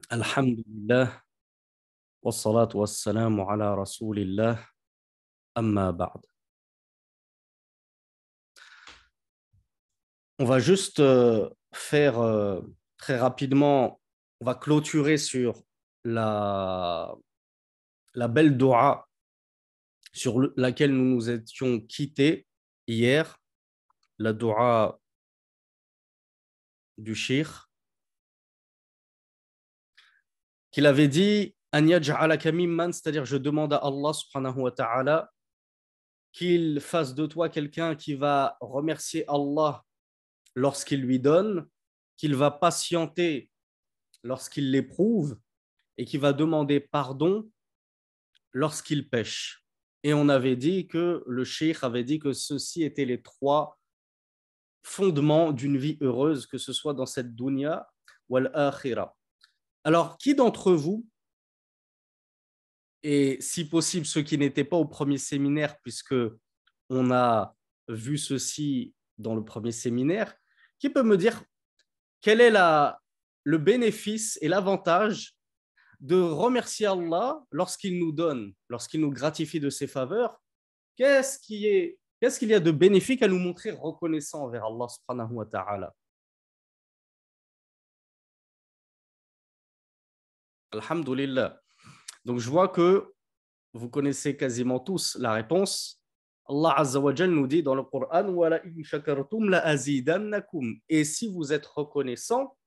Alhamdulillah, wassalatu wassalamu ala rasulillah, amma ba'd. On va juste faire très rapidement, on va clôturer sur la, la belle dua sur laquelle nous nous étions quittés hier, la dua du shir, qu'il avait dit An yaj'alaka mimman, c'est-à-dire je demande à Allah subhanahu wa ta'ala qu'il fasse de toi quelqu'un qui va remercier Allah lorsqu'il lui donne, qu'il va patienter lorsqu'il l'éprouve et qui va demander pardon lorsqu'il pêche. Et on avait dit que le cheikh avait dit que ceci étaient les trois fondements d'une vie heureuse, que ce soit dans cette dunya ou l'akhira. Alors, qui d'entre vous, et si possible ceux qui n'étaient pas au premier séminaire, puisque on a vu ceci dans le premier séminaire, qui peut me dire quel est le bénéfice et l'avantage de remercier Allah lorsqu'il nous donne, lorsqu'il nous gratifie de ses faveurs? Qu'est-ce qu'il y a de bénéfique à nous montrer reconnaissant envers Allah subhanahu wa ta'ala? Alhamdulillah. Donc je vois que vous connaissez quasiment tous la réponse. Allah Azza wa Jal nous dit dans le Coran Wala in shakartum la azidannakum. Et si vous êtes reconnaissant,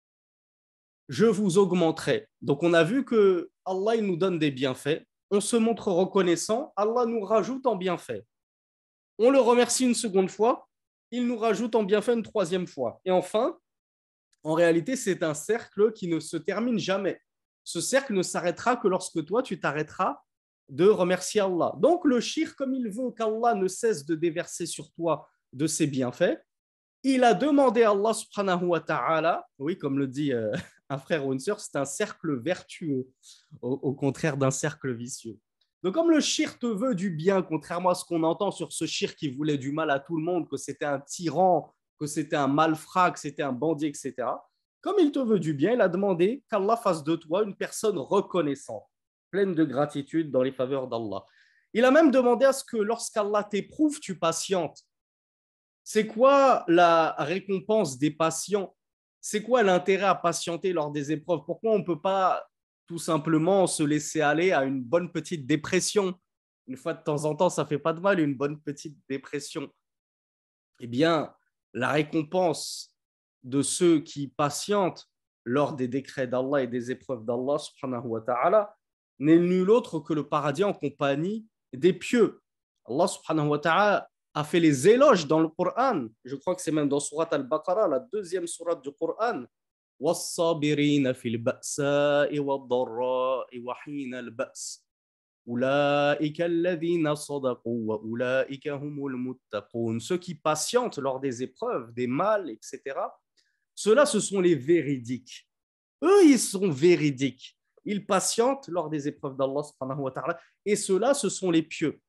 je vous augmenterai. Donc on a vu que Allah il nous donne des bienfaits, on se montre reconnaissant, Allah nous rajoute en bienfaits. On le remercie une seconde fois, il nous rajoute en bienfait une troisième fois. Et enfin, en réalité, c'est un cercle qui ne se termine jamais. Ce cercle ne s'arrêtera que lorsque toi, tu t'arrêteras de remercier Allah. Donc le shir, comme il veut qu'Allah ne cesse de déverser sur toi de ses bienfaits, il a demandé à Allah subhanahu wa ta'ala, oui, comme le dit un frère ou une sœur, c'est un cercle vertueux, au contraire d'un cercle vicieux. Donc comme le shir te veut du bien, contrairement à ce qu'on entend sur ce shir qui voulait du mal à tout le monde, que c'était un tyran, que c'était un malfrat, que c'était un bandit, etc., comme il te veut du bien, il a demandé qu'Allah fasse de toi une personne reconnaissante, pleine de gratitude dans les faveurs d'Allah. Il a même demandé à ce que lorsqu'Allah t'éprouve, tu patientes. C'est quoi la récompense des patients? C'est quoi l'intérêt à patienter lors des épreuves? Pourquoi on ne peut pas tout simplement se laisser aller à une bonne petite dépression? Une fois de temps en temps, ça ne fait pas de mal, une bonne petite dépression. Eh bien, la récompense de ceux qui patientent lors des décrets d'Allah et des épreuves d'Allah subhanahu wa ta'ala n'est nul autre que le paradis en compagnie des pieux. Allah subhanahu wa ta'ala a fait les éloges dans le Coran. Je crois que c'est même dans Surat al-Baqarah, la deuxième sourate du Coran. وَالصَّابِرِينَ فِي الْبَأْسَاءِ وَالضَّرَّاءِ وَحِينَ الْبَأْسِ أُولَٰئِكَ الَّذِينَ صَدَقُوا وَأُولَٰئِكَ هُمُ الْمُتَّقُونَ. Ceux qui patientent lors des épreuves, des mal, etc. Ceux-là, ce sont les véridiques. Eux, ils sont véridiques. Ils patientent lors des épreuves d'Allah subhanahu wa ta'ala. Et ceux-là, ce sont les pieux.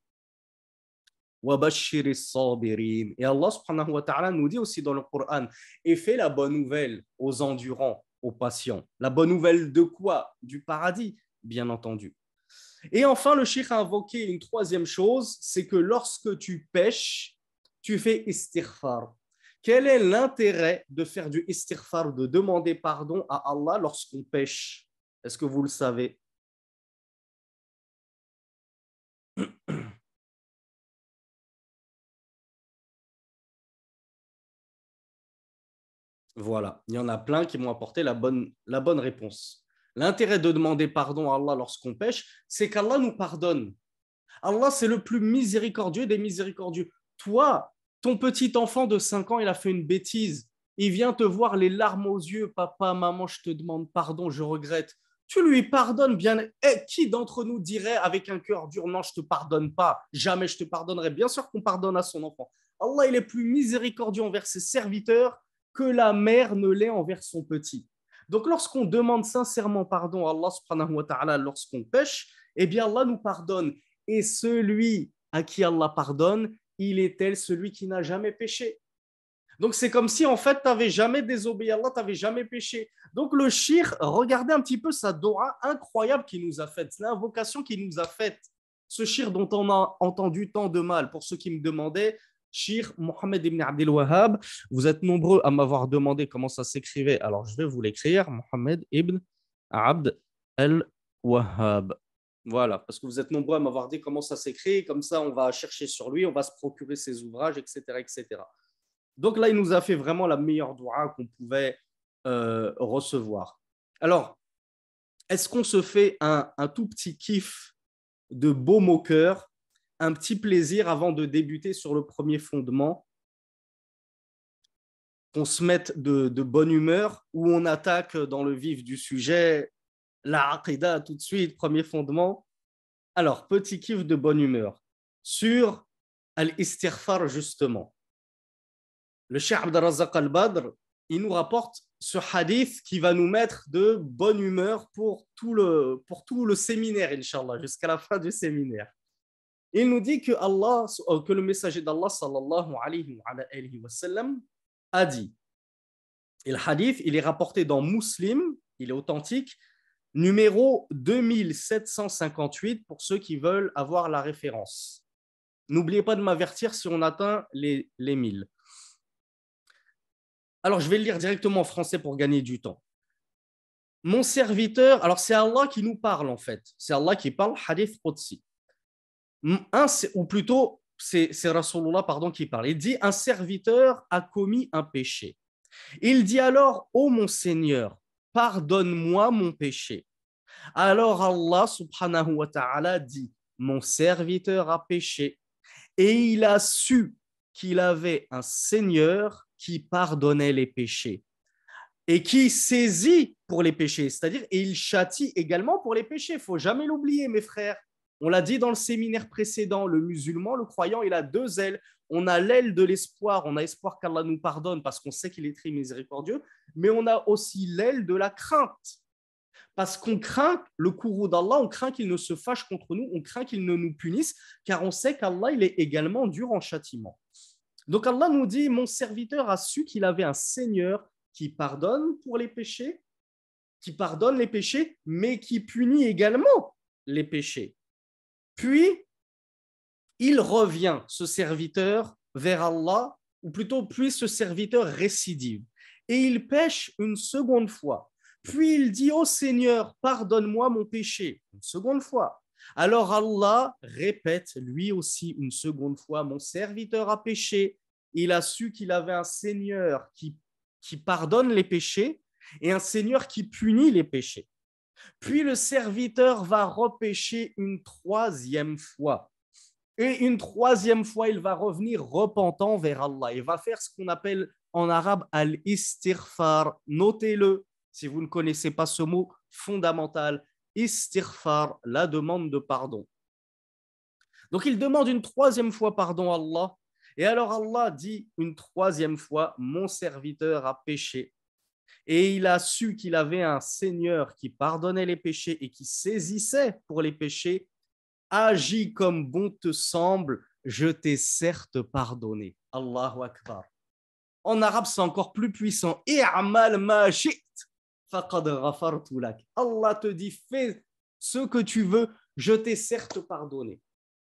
Et Allah subhanahu wa ta'ala nous dit aussi dans le Coran, et fait la bonne nouvelle aux endurants, aux patients. La bonne nouvelle de quoi? Du paradis, bien entendu. Et enfin, le cheikh a invoqué une troisième chose, c'est que lorsque tu pêches, tu fais istighfar. Quel est l'intérêt de faire du istighfar, de demander pardon à Allah lorsqu'on pêche? Est-ce que vous le savez? Voilà, il y en a plein qui m'ont apporté la bonne réponse. L'intérêt de demander pardon à Allah lorsqu'on pêche, c'est qu'Allah nous pardonne. Allah, c'est le plus miséricordieux des miséricordieux. Toi, ton petit enfant de 5 ans, il a fait une bêtise. Il vient te voir les larmes aux yeux. Papa, maman, je te demande pardon, je regrette. Tu lui pardonnes bien. Qui d'entre nous dirait avec un cœur dur, non, je ne te pardonne pas, jamais je te pardonnerai? Bien sûr qu'on pardonne à son enfant. Allah, il est plus miséricordieux envers ses serviteurs que la mère ne l'est envers son petit. Donc, lorsqu'on demande sincèrement pardon à Allah subhanahu wa ta'ala lorsqu'on pêche, eh bien, Allah nous pardonne. Et celui à qui Allah pardonne, il est tel celui qui n'a jamais péché. Donc, c'est comme si, en fait, tu n'avais jamais désobéi à Allah, tu n'avais jamais péché. Donc, le shir, regardez un petit peu sa dua incroyable qu'il nous a faite, l'invocation qu'il nous a faite. Ce shir dont on a entendu tant de mal. Pour ceux qui me demandaient, shir Mohammed ibn Abdel Wahhab, vous êtes nombreux à m'avoir demandé comment ça s'écrivait. Alors, je vais vous l'écrire, Mohammed ibn Abd al-Wahhab. Voilà, parce que vous êtes nombreux à m'avoir dit comment ça s'écrit. Comme ça, on va chercher sur lui, on va se procurer ses ouvrages, etc., etc. Donc là, il nous a fait vraiment la meilleure dua qu'on pouvait recevoir. Alors, est-ce qu'on se fait un tout petit kiff de baume au cœur, un petit plaisir avant de débuter sur le premier fondement, qu'on se mette de bonne humeur, ou on attaque dans le vif du sujet, la aqidah tout de suite, premier fondement. Alors, petit kiff de bonne humeur sur al-istighfar justement. Le Cheikh Abd al-Razzaq al-Badr, il nous rapporte ce hadith qui va nous mettre de bonne humeur pour tout le séminaire, Inch'Allah, jusqu'à la fin du séminaire. Il nous dit que le messager d'Allah, sallallahu alayhi wa sallam, a dit, et le hadith, il est rapporté dans Muslim, il est authentique, numéro 2758 pour ceux qui veulent avoir la référence. N'oubliez pas de m'avertir si on atteint les 1000. Alors, je vais le lire directement en français pour gagner du temps. Mon serviteur, alors c'est Allah qui nous parle en fait. C'est Allah qui parle, hadith Qudsi. Ou plutôt, c'est Rasulullah qui parle. Il dit, un serviteur a commis un péché. Il dit alors, ô mon Seigneur, pardonne-moi mon péché. Alors Allah subhanahu wa ta'ala dit, mon serviteur a péché. Et il a su qu'il avait un Seigneur qui pardonnait les péchés et qui saisit pour les péchés, c'est-à-dire et il châtie également pour les péchés. Il ne faut jamais l'oublier, mes frères. On l'a dit dans le séminaire précédent, le musulman, le croyant, il a deux ailes. On a l'aile de l'espoir, on a espoir qu'Allah nous pardonne parce qu'on sait qu'il est très miséricordieux, mais on a aussi l'aile de la crainte. Parce qu'on craint le courroux d'Allah, on craint qu'il ne se fâche contre nous, on craint qu'il ne nous punisse, car on sait qu'Allah, il est également dur en châtiment. Donc Allah nous dit, mon serviteur a su qu'il avait un Seigneur qui pardonne pour les péchés, qui pardonne les péchés, mais qui punit également les péchés. Puis, il revient, ce serviteur, vers Allah, ou plutôt, puis ce serviteur récidive, et il pêche une seconde fois. Puis il dit, ô Seigneur, pardonne-moi mon péché, une seconde fois. Alors Allah répète lui aussi une seconde fois, mon serviteur a péché. Il a su qu'il avait un Seigneur qui pardonne les péchés et un Seigneur qui punit les péchés. Puis le serviteur va repêcher une troisième fois. Et une troisième fois, il va revenir repentant vers Allah. Il va faire ce qu'on appelle en arabe al-istighfar. Notez-le si vous ne connaissez pas ce mot fondamental. Istighfar, la demande de pardon. Donc il demande une troisième fois pardon à Allah. Et alors Allah dit une troisième fois, mon serviteur a péché. Et il a su qu'il avait un Seigneur qui pardonnait les péchés et qui saisissait pour les péchés. Agis comme bon te semble, je t'ai certes pardonné. Allahu Akbar. En arabe, c'est encore plus puissant. I'amal ma shi't, faqad ghafartu lak. Allah te dit, fais ce que tu veux, je t'ai certes pardonné.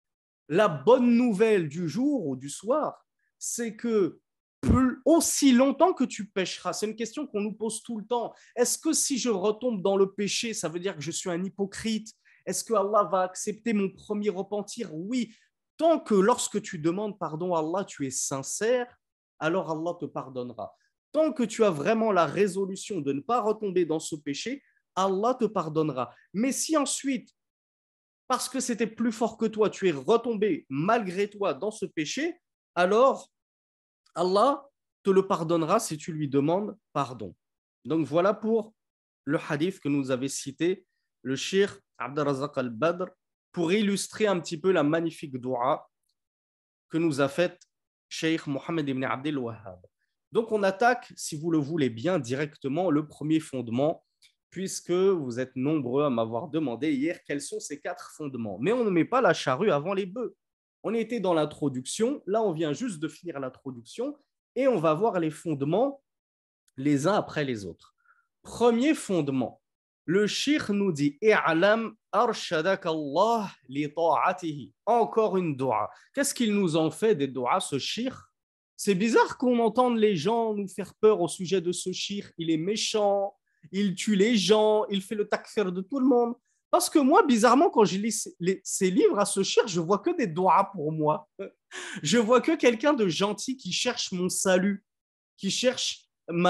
La bonne nouvelle du jour ou du soir, c'est que aussi longtemps que tu pécheras, c'est une question qu'on nous pose tout le temps. Est-ce que si je retombe dans le péché, ça veut dire que je suis un hypocrite? Est-ce que Allah va accepter mon premier repentir? Oui. Tant que lorsque tu demandes pardon à Allah, tu es sincère, alors Allah te pardonnera. Tant que tu as vraiment la résolution de ne pas retomber dans ce péché, Allah te pardonnera. Mais si ensuite, parce que c'était plus fort que toi, tu es retombé malgré toi dans ce péché, alors Allah te le pardonnera si tu lui demandes pardon. Donc voilà pour le hadith que nous avait cité le Cheikh Abd al-Razzaq al-Badr pour illustrer un petit peu la magnifique dua que nous a faite Cheikh Mohammed ibn Abdel Wahhab. Donc on attaque, si vous le voulez bien, directement le premier fondement, puisque vous êtes nombreux à m'avoir demandé hier quels sont ces 4 fondements. Mais on ne met pas la charrue avant les bœufs. On était dans l'introduction, là on vient juste de finir l'introduction, et on va voir les fondements les uns après les autres. Premier fondement, le shir nous dit i'alam arshadak Allah li ta'atihi. Encore une dua. Qu'est-ce qu'il nous en fait des duas, ce shir? C'est bizarre qu'on entende les gens nous faire peur au sujet de ce shir. Il est méchant, il tue les gens, il fait le takfir de tout le monde. Parce que moi, bizarrement, quand je lis ces livres à ce shir, je vois que des duas pour moi. Je vois que quelqu'un de gentil qui cherche mon salut, qui cherche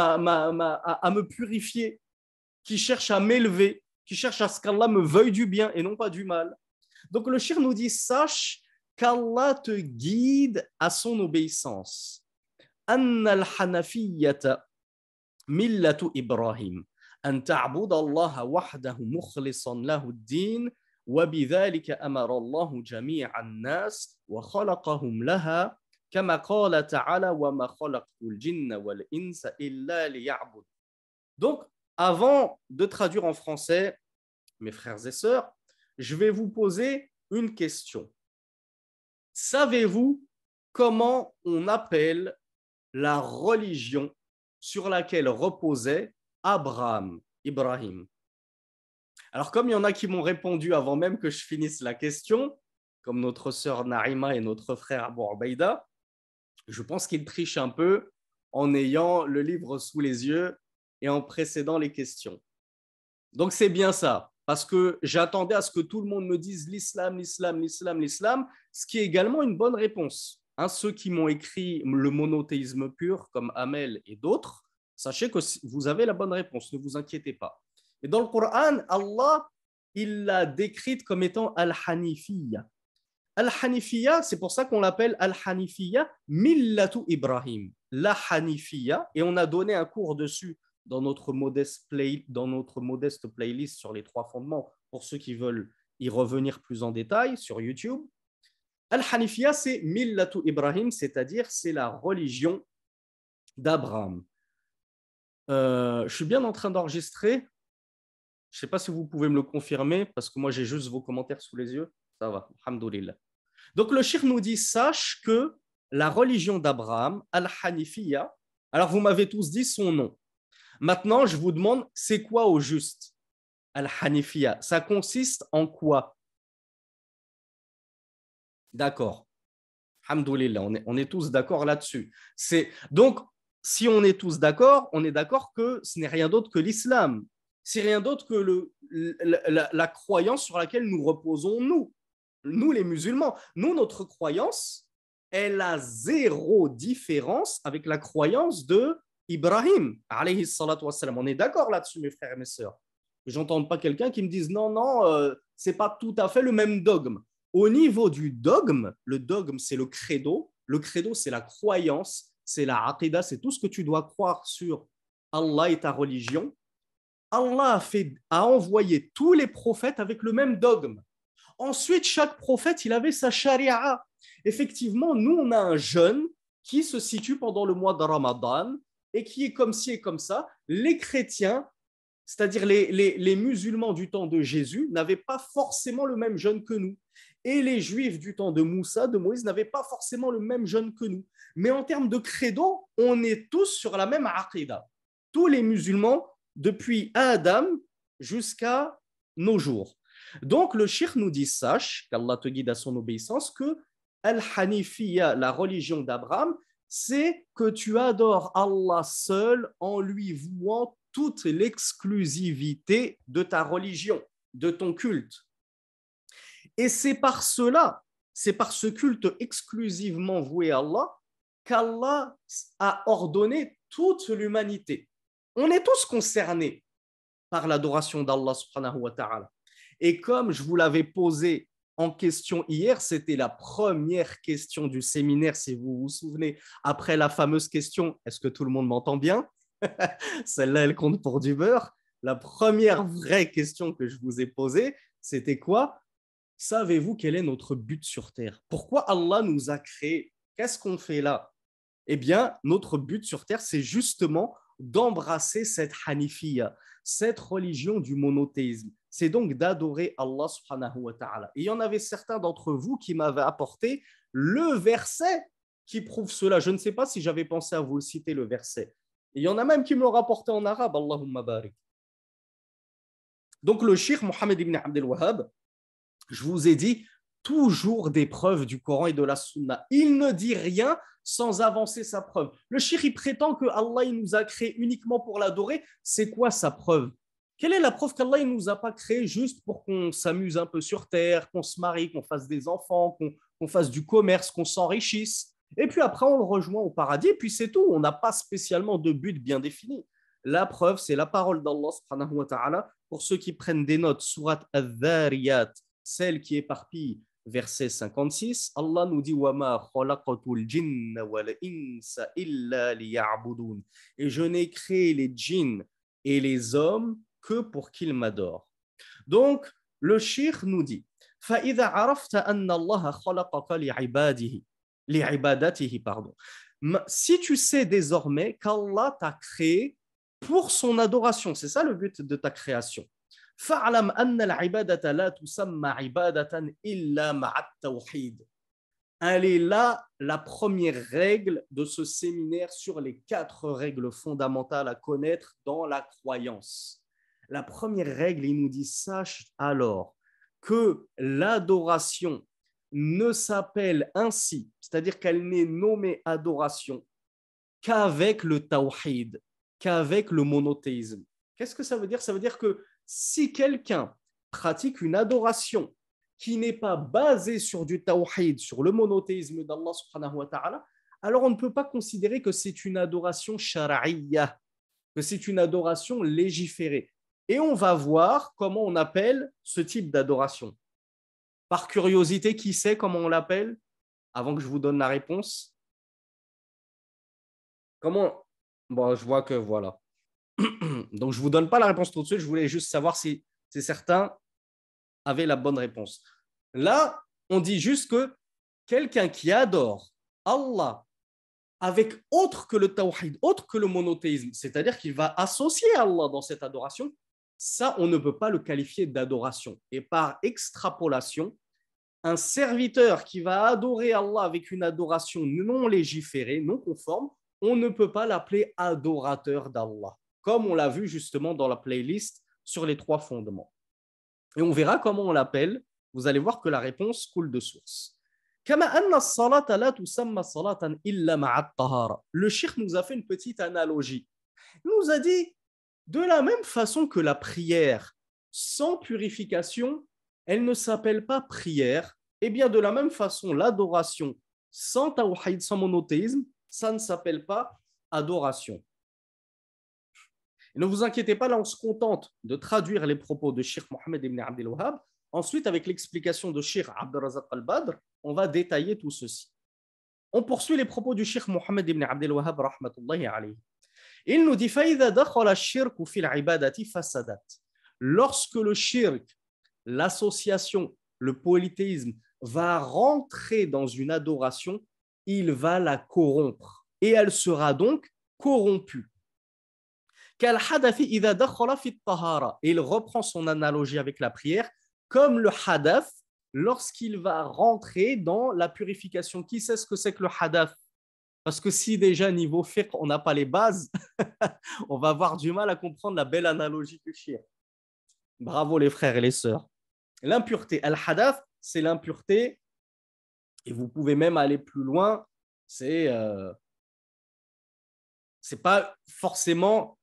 à me purifier, qui cherche à m'élever, qui cherche à ce qu'Allah me veuille du bien et non pas du mal. Donc le shir nous dit, sache qu'Allah te guide à son obéissance. Anna al-hanafiyyata millatu Ibrahim. أن تعبد الله وحده مخلصا له الدين وبذلك أمر الله جميع الناس وخلقهم لها كما قال تعالى وما خلقت الجن والإنس إلا ليعبد. Donc, avant de traduire en français, mes frères et sœurs, je vais vous poser une question. Savez-vous comment on appelle la religion sur laquelle reposait Ibrahim? Alors, comme il y en a qui m'ont répondu avant même que je finisse la question, comme notre sœur Naïma et notre frère Abu Ubaïda, je pense qu'ils trichent un peu en ayant le livre sous les yeux et en précédant les questions. Donc, c'est bien ça, parce que j'attendais à ce que tout le monde me dise l'islam, l'islam, l'islam, l'islam, ce qui est également une bonne réponse. Hein, ceux qui m'ont écrit le monothéisme pur, comme Amel et d'autres, sachez que vous avez la bonne réponse, ne vous inquiétez pas. Et dans le Coran, Allah, il l'a décrite comme étant Al-Hanifiyya. Al-Hanifiyya, c'est pour ça qu'on l'appelle Al-Hanifiyya Millatu Ibrahim. La Hanifiyya, et on a donné un cours dessus dans notre modeste playlist sur les 3 fondements, pour ceux qui veulent y revenir plus en détail sur YouTube. Al-Hanifiyya, c'est Millatu Ibrahim, c'est-à-dire c'est la religion d'Abraham. Je suis bien en train d'enregistrer. Je ne sais pas si vous pouvez me le confirmer, parce que moi, j'ai juste vos commentaires sous les yeux. Ça va, alhamdoulilah. Donc, le shir nous dit, sache que la religion d'Abraham, Al-Hanifiyya, alors vous m'avez tous dit son nom. Maintenant, je vous demande, c'est quoi au juste Al-Hanifiyya? Ça consiste en quoi? D'accord. Alhamdoulilah, on est tous d'accord là-dessus. Donc, si on est tous d'accord, on est d'accord que ce n'est rien d'autre que l'islam. C'est rien d'autre que la croyance sur laquelle nous reposons, nous les musulmans. Nous, notre croyance, elle a zéro différence avec la croyance de Ibrahim, alayhi salatu wassalam. On est d'accord là-dessus, mes frères et mes sœurs. J'entends pas quelqu'un qui me dise non, c'est pas tout à fait le même dogme. Au niveau du dogme, le dogme, c'est le credo, c'est la croyance, c'est la aqidah, c'est tout ce que tu dois croire sur Allah et ta religion. Allah a envoyé tous les prophètes avec le même dogme. Ensuite, chaque prophète, il avait sa charia. Effectivement, nous, on a un jeûne qui se situe pendant le mois de Ramadan et qui est comme ci et comme ça. Les chrétiens, c'est-à-dire les musulmans du temps de Jésus, n'avaient pas forcément le même jeûne que nous. Et les juifs du temps de Moussa, de Moïse, n'avaient pas forcément le même jeûne que nous. Mais en termes de credo, on est tous sur la même aqidah. Tous les musulmans, depuis Adam jusqu'à nos jours. Donc, le shir nous dit, sache, qu'Allah te guide à son obéissance, que Al-Hanifiyya, la religion d'Abraham, c'est que tu adores Allah seul en lui vouant toute l'exclusivité de ta religion, de ton culte. Et c'est par cela, c'est par ce culte exclusivement voué à Allah, qu'Allah a ordonné toute l'humanité. On est tous concernés par l'adoration d'Allah subhanahu wa ta'ala. Et comme je vous l'avais posé en question hier, c'était la première question du séminaire, si vous vous souvenez, après la fameuse question « Est-ce que tout le monde m'entend bien ?» Celle-là, elle compte pour du beurre. La première vraie question que je vous ai posée, c'était quoi? Savez-vous quel est notre but sur Terre? Pourquoi Allah nous a créés? Qu'est-ce qu'on fait là? Eh bien, notre but sur Terre, c'est justement d'embrasser cette Hanifiyya, cette religion du monothéisme. C'est donc d'adorer Allah subhanahu wa ta'ala. Et il y en avait certains d'entre vous qui m'avaient apporté le verset qui prouve cela. Je ne sais pas si j'avais pensé à vous le citer, le verset. Et il y en a même qui me l'ont rapporté en arabe. Allahumma barik. Donc le cheikh Mohammed ibn Abdel Wahhab, je vous ai dit, toujours des preuves du Coran et de la Sunna. Il ne dit rien sans avancer sa preuve. Le cheikh, il prétend que Allah il nous a créés uniquement pour l'adorer. C'est quoi sa preuve? Quelle est la preuve qu'Allah ne nous a pas créés juste pour qu'on s'amuse un peu sur terre, qu'on se marie, qu'on fasse des enfants, qu'on fasse du commerce, qu'on s'enrichisse? Et puis après, on le rejoint au paradis, et puis c'est tout. On n'a pas spécialement de but bien défini. La preuve, c'est la parole d'Allah subhanahu wa ta'ala. Pour ceux qui prennent des notes, surat al-Dhariyat, celle qui éparpille, verset 56, Allah nous dit وَمَا خَلَقْتُ الْجِنَّ وَالْإِنسَ إِلَّا لِيَعْبُدُونَ. Et je n'ai créé les djinns et les hommes que pour qu'ils m'adorent. Donc, le cheikh nous dit فَإِذَا عَرَفْتَ أَنَّ اللَّهَ خَلَقَكَ لِعِبَادَتِهِ pardon. Si tu sais désormais qu'Allah t'a créé pour son adoration, c'est ça le but de ta création. فَاعْلَمْ أَنَّ الْعِبَادَةَ لَا تُسَمَّى عِبَادَةً إِلَّا مَعَ التَّوْحِيدِ. Elle est là la première règle de ce séminaire sur les 4 règles fondamentales à connaître dans la croyance. La première règle, il nous dit, sache alors que l'adoration ne s'appelle ainsi, c'est-à-dire qu'elle n'est nommée adoration qu'avec le tawhid, qu'avec le monothéisme. Qu'est-ce que ça veut dire? Ça veut dire que si quelqu'un pratique une adoration qui n'est pas basée sur du tawhid, sur le monothéisme d'Allah subhanahu wa ta'ala, alors on ne peut pas considérer que c'est une adoration shar'iyya, que c'est une adoration légiférée. Et on va voir comment on appelle ce type d'adoration. Par curiosité, qui sait comment on l'appelle? Avant que je vous donne la réponse. Comment? Bon, je vois que voilà. Donc, je ne vous donne pas la réponse tout de suite. Je voulais juste savoir si certains avaient la bonne réponse. Là, on dit juste que quelqu'un qui adore Allah avec autre que le tawhid, autre que le monothéisme, c'est-à-dire qu'il va associer Allah dans cette adoration, ça, on ne peut pas le qualifier d'adoration. Et par extrapolation, un serviteur qui va adorer Allah avec une adoration non légiférée, non conforme, on ne peut pas l'appeler adorateur d'Allah, comme on l'a vu justement dans la playlist sur les 3 fondements. Et on verra comment on l'appelle. Vous allez voir que la réponse coule de source. Le cheikh nous a fait une petite analogie. Il nous a dit, de la même façon que la prière sans purification, elle ne s'appelle pas prière, et bien de la même façon, l'adoration sans tawhid, sans monothéisme, ça ne s'appelle pas adoration. Et ne vous inquiétez pas, là on se contente de traduire les propos de Cheikh Mohammed ibn Abdel Wahhab. Ensuite, avec l'explication de Cheikh Abdelrazak al-Badr, on va détailler tout ceci. On poursuit les propos du Cheikh Mohammed ibn Abdel Wahhab, rahmatullahi alayhi. Il nous dit lorsque le shirk, l'association, le polythéisme va rentrer dans une adoration, il va la corrompre et elle sera donc corrompue. Et il reprend son analogie avec la prière comme le hadath lorsqu'il va rentrer dans la purification. Qui sait ce que c'est que le hadath? Parce que si déjà niveau fiqh, on n'a pas les bases, on va avoir du mal à comprendre la belle analogie du shirk. Bravo les frères et les sœurs. L'impureté, al-hadath, c'est l'impureté, et vous pouvez même aller plus loin, c'est pas forcément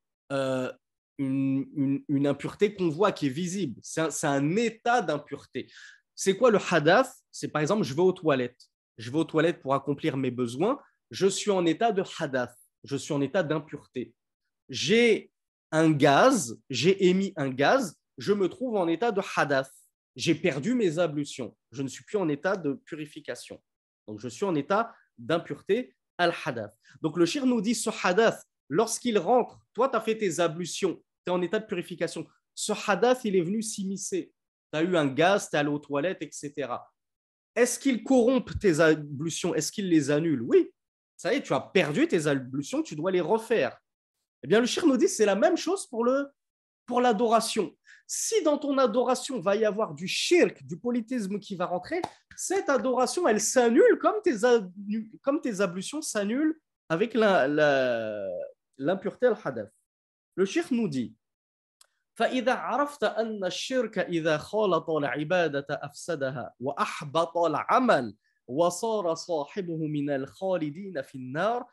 une impureté qu'on voit, qui est visible. C'est un état d'impureté. C'est quoi le hadath? C'est par exemple, je vais aux toilettes. Je vais aux toilettes pour accomplir mes besoins. Je suis en état de hadath. Je suis en état d'impureté. J'ai un gaz, j'ai émis un gaz, je me trouve en état de hadath. J'ai perdu mes ablutions. Je ne suis plus en état de purification. Donc, je suis en état d'impureté, al-hadath. Donc, le shir nous dit, ce hadath, lorsqu'il rentre, toi, tu as fait tes ablutions, tu es en état de purification. Ce hadath, il est venu s'immiscer. Tu as eu un gaz, tu es allé aux toilettes, etc. Est-ce qu'il corrompt tes ablutions? Est-ce qu'il les annule? Oui. Ça y est, tu as perdu tes ablutions, tu dois les refaire. Eh bien, le shir nous dit, c'est la même chose pour l'adoration. Si dans ton adoration va y avoir du shirk, du polythéisme qui va rentrer, cette adoration, elle s'annule comme tes ablutions s'annulent avec l'impureté al-hadath. Le shirk nous dit فإذا عرفت أن الشرك إذا خالط العبادة أفسدها وأحبط العمل وصار صاحبه من الخالدين في النار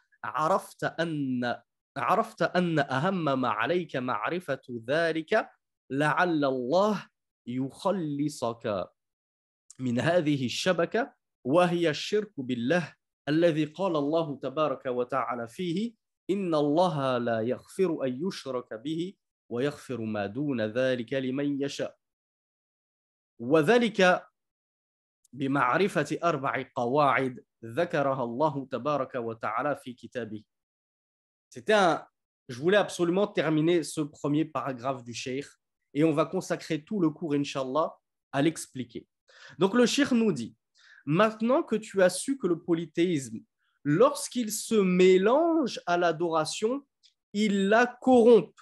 عرفت أن أهم ما عليك معرفة ذلك لعل الله يخلصك من هذه الشبكة وهي الشرك بالله الذي قال الله تبارك وتعالى فيه إن الله لا يغفر أن يشرك به ويغفر ما دون ذلك لمن يشاء وذلك بمعرفة 4 قواعد ذكرها الله تبارك وتعالى في كتابه. Je voulais absolument terminer ce premier paragraphe du cheikh et on va consacrer tout le cours, Inch'Allah, à l'expliquer. Donc le cheikh nous dit, maintenant que tu as su que le polythéisme, lorsqu'il se mélange à l'adoration, il la corrompt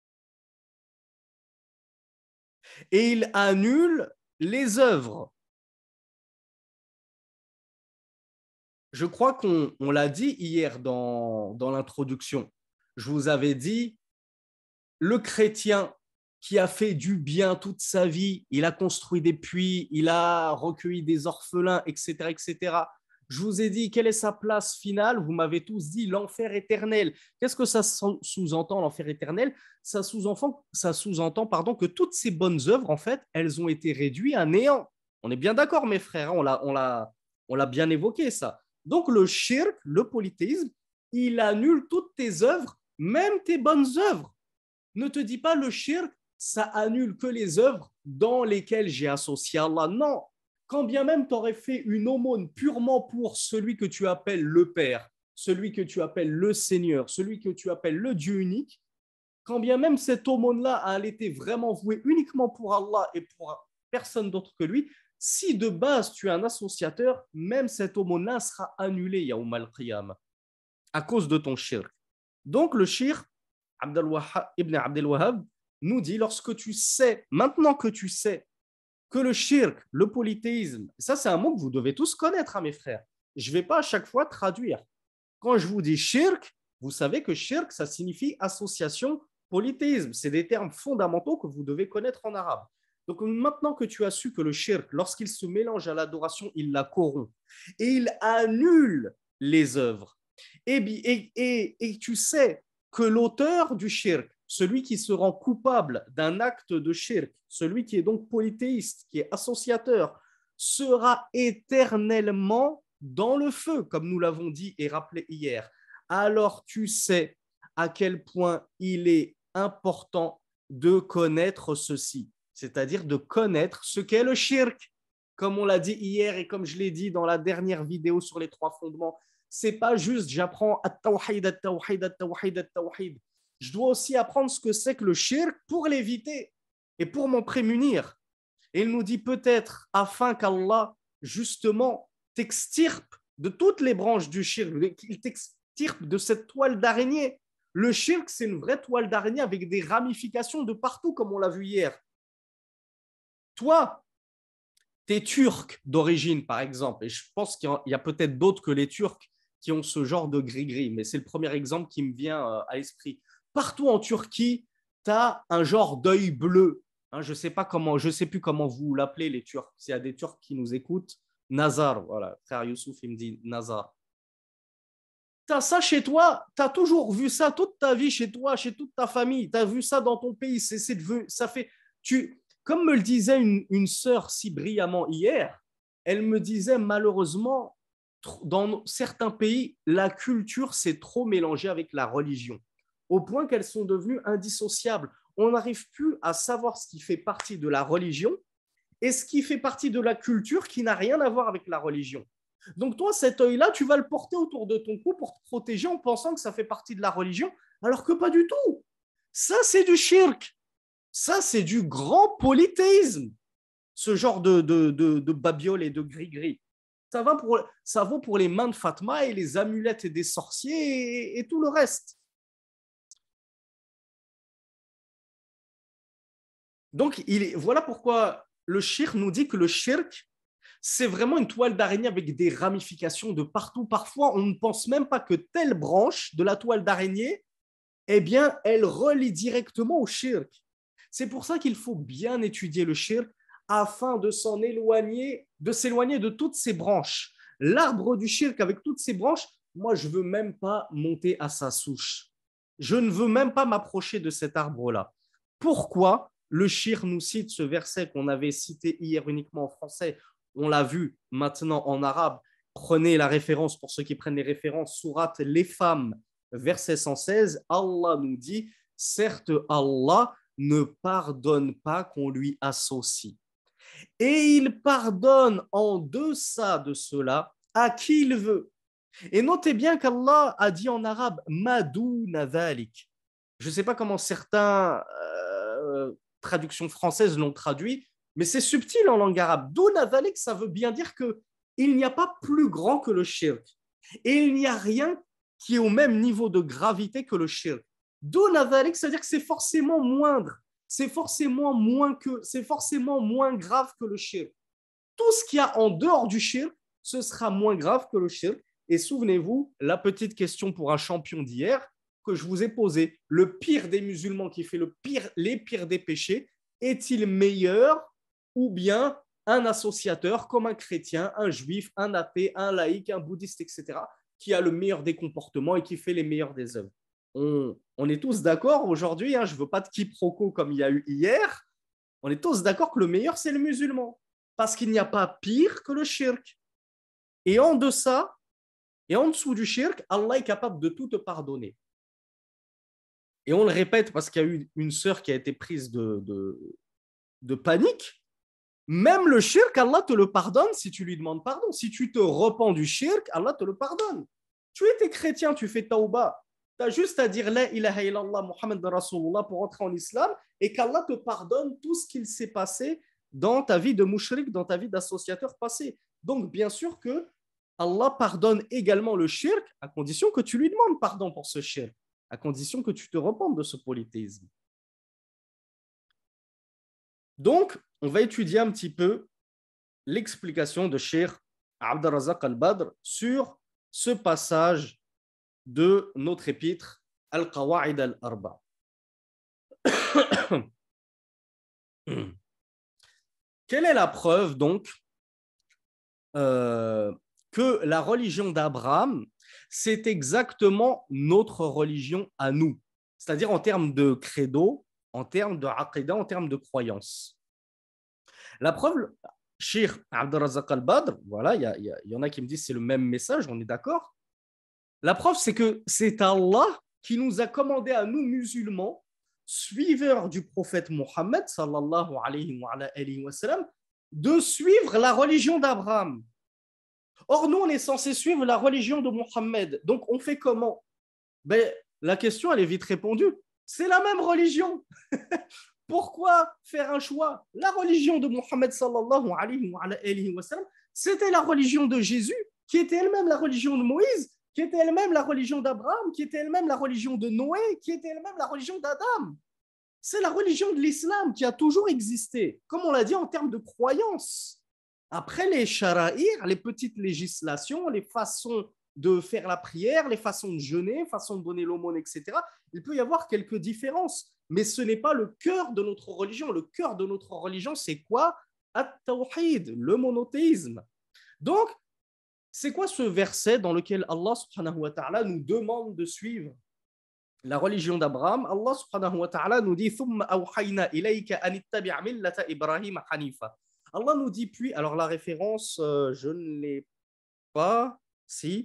et il annule les œuvres. Je crois qu'on l'a dit hier dans l'introduction. Je vous avais dit, le chrétien qui a fait du bien toute sa vie, il a construit des puits, il a recueilli des orphelins, etc., etc. Je vous ai dit, quelle est sa place finale? Vous m'avez tous dit l'enfer éternel. Qu'est-ce que ça sous-entend, l'enfer éternel? Ça sous-entend que toutes ces bonnes œuvres, en fait, elles ont été réduites à néant. On est bien d'accord, mes frères, on l'a bien évoqué, ça. Donc, le shirk, le polythéisme, il annule toutes tes œuvres, même tes bonnes œuvres. Ne te dis pas le shirk, ça annule que les œuvres dans lesquelles j'ai associé Allah. Non, quand bien même tu aurais fait une aumône purement pour celui que tu appelles le Père, celui que tu appelles le Seigneur, celui que tu appelles le Dieu unique, quand bien même cette aumône-là elle était vraiment vouée uniquement pour Allah et pour personne d'autre que lui, si de base tu es un associateur, même cette aumône-là sera annulée, Yawm al-Qiyamah, à cause de ton shirk. Donc le shirk, Ibn Abdel Wahhab nous dit, lorsque tu sais, maintenant que tu sais que le shirk, le polythéisme, ça c'est un mot que vous devez tous connaître, hein, mes frères. Je ne vais pas à chaque fois traduire. Quand je vous dis shirk, vous savez que shirk, ça signifie association, polythéisme. C'est des termes fondamentaux que vous devez connaître en arabe. Donc maintenant que tu as su que le shirk, lorsqu'il se mélange à l'adoration, il la corrompt et il annule les œuvres. Et tu sais que l'auteur du shirk, celui qui se rend coupable d'un acte de shirk, celui qui est donc polythéiste, qui est associateur, sera éternellement dans le feu, comme nous l'avons dit et rappelé hier. Alors tu sais à quel point il est important de connaître ceci, c'est-à-dire de connaître ce qu'est le shirk. Comme on l'a dit hier et comme je l'ai dit dans la dernière vidéo sur les 3 fondements, c'est pas juste j'apprends at-tawhid, at-tawhid, at-tawhid, at-tawhid. Je dois aussi apprendre ce que c'est que le shirk pour l'éviter et pour m'en prémunir. Et il nous dit peut-être afin qu'Allah, justement, t'extirpe de toutes les branches du shirk, qu'il t'extirpe de cette toile d'araignée. Le shirk, c'est une vraie toile d'araignée avec des ramifications de partout, comme on l'a vu hier. Toi, tu es turc d'origine, par exemple, et je pense qu'il y a peut-être d'autres que les Turcs qui ont ce genre de gris-gris, mais c'est le premier exemple qui me vient à l'esprit. Partout en Turquie, tu as un genre d'œil bleu. Hein, je ne sais plus comment vous l'appelez, les Turcs. S'il y a des Turcs qui nous écoutent, Nazar, voilà, frère Youssouf, il me dit Nazar. Tu as ça chez toi, tu as toujours vu ça toute ta vie chez toi, chez toute ta famille, tu as vu ça dans ton pays, ça fait, comme me le disait une sœur si brillamment hier, elle me disait malheureusement, dans certains pays, la culture s'est trop mélangée avec la religion, au point qu'elles sont devenues indissociables. On n'arrive plus à savoir ce qui fait partie de la religion et ce qui fait partie de la culture qui n'a rien à voir avec la religion. Donc toi, cet œil-là, tu vas le porter autour de ton cou pour te protéger en pensant que ça fait partie de la religion, alors que pas du tout. Ça, c'est du shirk. Ça, c'est du grand polythéisme, ce genre de babiole et de gris-gris. Ça vaut pour les mains de Fatma et les amulettes des sorciers et tout le reste. Donc, voilà pourquoi le shirk nous dit que le shirk, c'est vraiment une toile d'araignée avec des ramifications de partout. Parfois, on ne pense même pas que telle branche de la toile d'araignée, eh bien, elle relie directement au shirk. C'est pour ça qu'il faut bien étudier le shirk afin de s'éloigner de toutes ces branches. L'arbre du shirk avec toutes ces branches, moi, je ne veux même pas monter à sa souche. Je ne veux même pas m'approcher de cet arbre-là. Pourquoi le shirk nous cite ce verset qu'on avait cité hier uniquement en français? On l'a vu maintenant en arabe. Prenez la référence pour ceux qui prennent les références. Sourate Les Femmes, verset 116. Allah nous dit, certes, Allah ne pardonne pas qu'on lui associe. Et il pardonne en deçà de cela à qui il veut. Et notez bien qu'Allah a dit en arabe Madouna dhalik. Je ne sais pas comment certaines traductions françaises l'ont traduit, mais c'est subtil en langue arabe. Douna dhalik, ça veut bien dire qu'il n'y a pas plus grand que le shirk. Et il n'y a rien qui est au même niveau de gravité que le shirk. Douna dhalik, c'est-à-dire que c'est forcément moindre. C'est forcément moins grave que le shirk. Tout ce qu'il y a en dehors du shirk, ce sera moins grave que le shirk. Et souvenez-vous, la petite question pour un champion d'hier que je vous ai posée. Le pire des musulmans qui fait les pires des péchés, est-il meilleur ou bien un associateur comme un chrétien, un juif, un athée, un laïc, un bouddhiste, etc., qui a le meilleur des comportements et qui fait les meilleures des œuvres? On est tous d'accord aujourd'hui, je ne veux pas de quiproquo comme il y a eu hier, on est tous d'accord que le meilleur, c'est le musulman. Parce qu'il n'y a pas pire que le shirk. Et en deçà, et en dessous du shirk, Allah est capable de tout te pardonner. Et on le répète parce qu'il y a eu une sœur qui a été prise de panique. Même le shirk, Allah te le pardonne si tu lui demandes pardon. Si tu te repens du shirk, Allah te le pardonne. Tu étais chrétien, tu fais tauba. Tu as juste à dire La ilaha illallah Muhammad Rasulullah pour entrer en islam et qu'Allah te pardonne tout ce qu'il s'est passé dans ta vie de mushrik, dans ta vie d'associateur passé. Donc, bien sûr que Allah pardonne également le shirk à condition que tu lui demandes pardon pour ce shirk, à condition que tu te repentes de ce polythéisme. Donc, on va étudier un petit peu l'explication de Cheikh Abd al-Razak al-Badr sur ce passage de notre épître Al-Qawa'id al-Arba. Quelle est la preuve donc que la religion d'Abraham, c'est exactement notre religion à nous, c'est-à-dire en termes de credo, en termes de aqidah, en termes de croyance. La preuve, Cheikh Abd al-Razak al-Badr, voilà, il y en a qui me disent que c'est le même message, on est d'accord. La preuve, c'est que c'est Allah qui nous a commandé à nous, musulmans, suiveurs du prophète Mohammed, sallallahu alayhi wa sallam, de suivre la religion d'Abraham. Or, nous, on est censé suivre la religion de Mohammed. Donc, on fait comment? La question, elle est vite répondue. C'est la même religion. Pourquoi faire un choix? La religion de Mohammed, sallallahu alayhi wa sallam, c'était la religion de Jésus, qui était elle-même la religion de Moïse, qui était elle-même la religion d'Abraham, qui était elle-même la religion de Noé, qui était elle-même la religion d'Adam. C'est la religion de l'islam qui a toujours existé, comme on l'a dit en termes de croyance. Après les chara'ir, les petites législations, les façons de faire la prière, les façons de jeûner, façons de donner l'aumône, etc., il peut y avoir quelques différences, mais ce n'est pas le cœur de notre religion. Le cœur de notre religion, c'est quoi? At-tawhid, le monothéisme. Donc, c'est quoi ce verset dans lequel Allah subhanahu wa ta'ala nous demande de suivre la religion d'Abraham? Allah subhanahu wa ta'ala nous dit Thumma awhayna ilayka an ittabi' millata Ibrahim hanifa. Allah nous dit puis, alors la référence, je ne l'ai pas, si,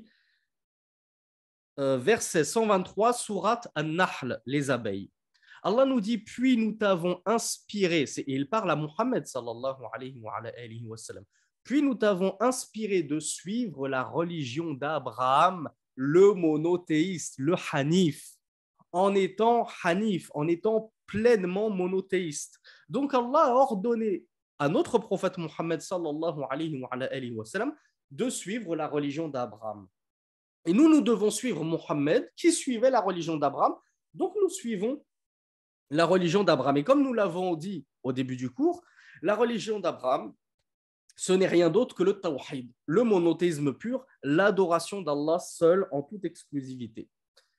verset 123, sourate An-Nahl, les abeilles. Allah nous dit puis nous t'avons inspiré, et il parle à Muhammad sallallahu alayhi wa sallam, puis nous t'avons inspiré de suivre la religion d'Abraham, le monothéiste, le hanif, en étant hanif, en étant pleinement monothéiste. Donc Allah a ordonné à notre prophète Muhammad sallallahu alayhi wa sallam de suivre la religion d'Abraham. Et nous devons suivre Muhammad qui suivait la religion d'Abraham. Donc nous suivons la religion d'Abraham. Et comme nous l'avons dit au début du cours, la religion d'Abraham, ce n'est rien d'autre que le tawhid, le monothéisme pur, l'adoration d'Allah seul en toute exclusivité.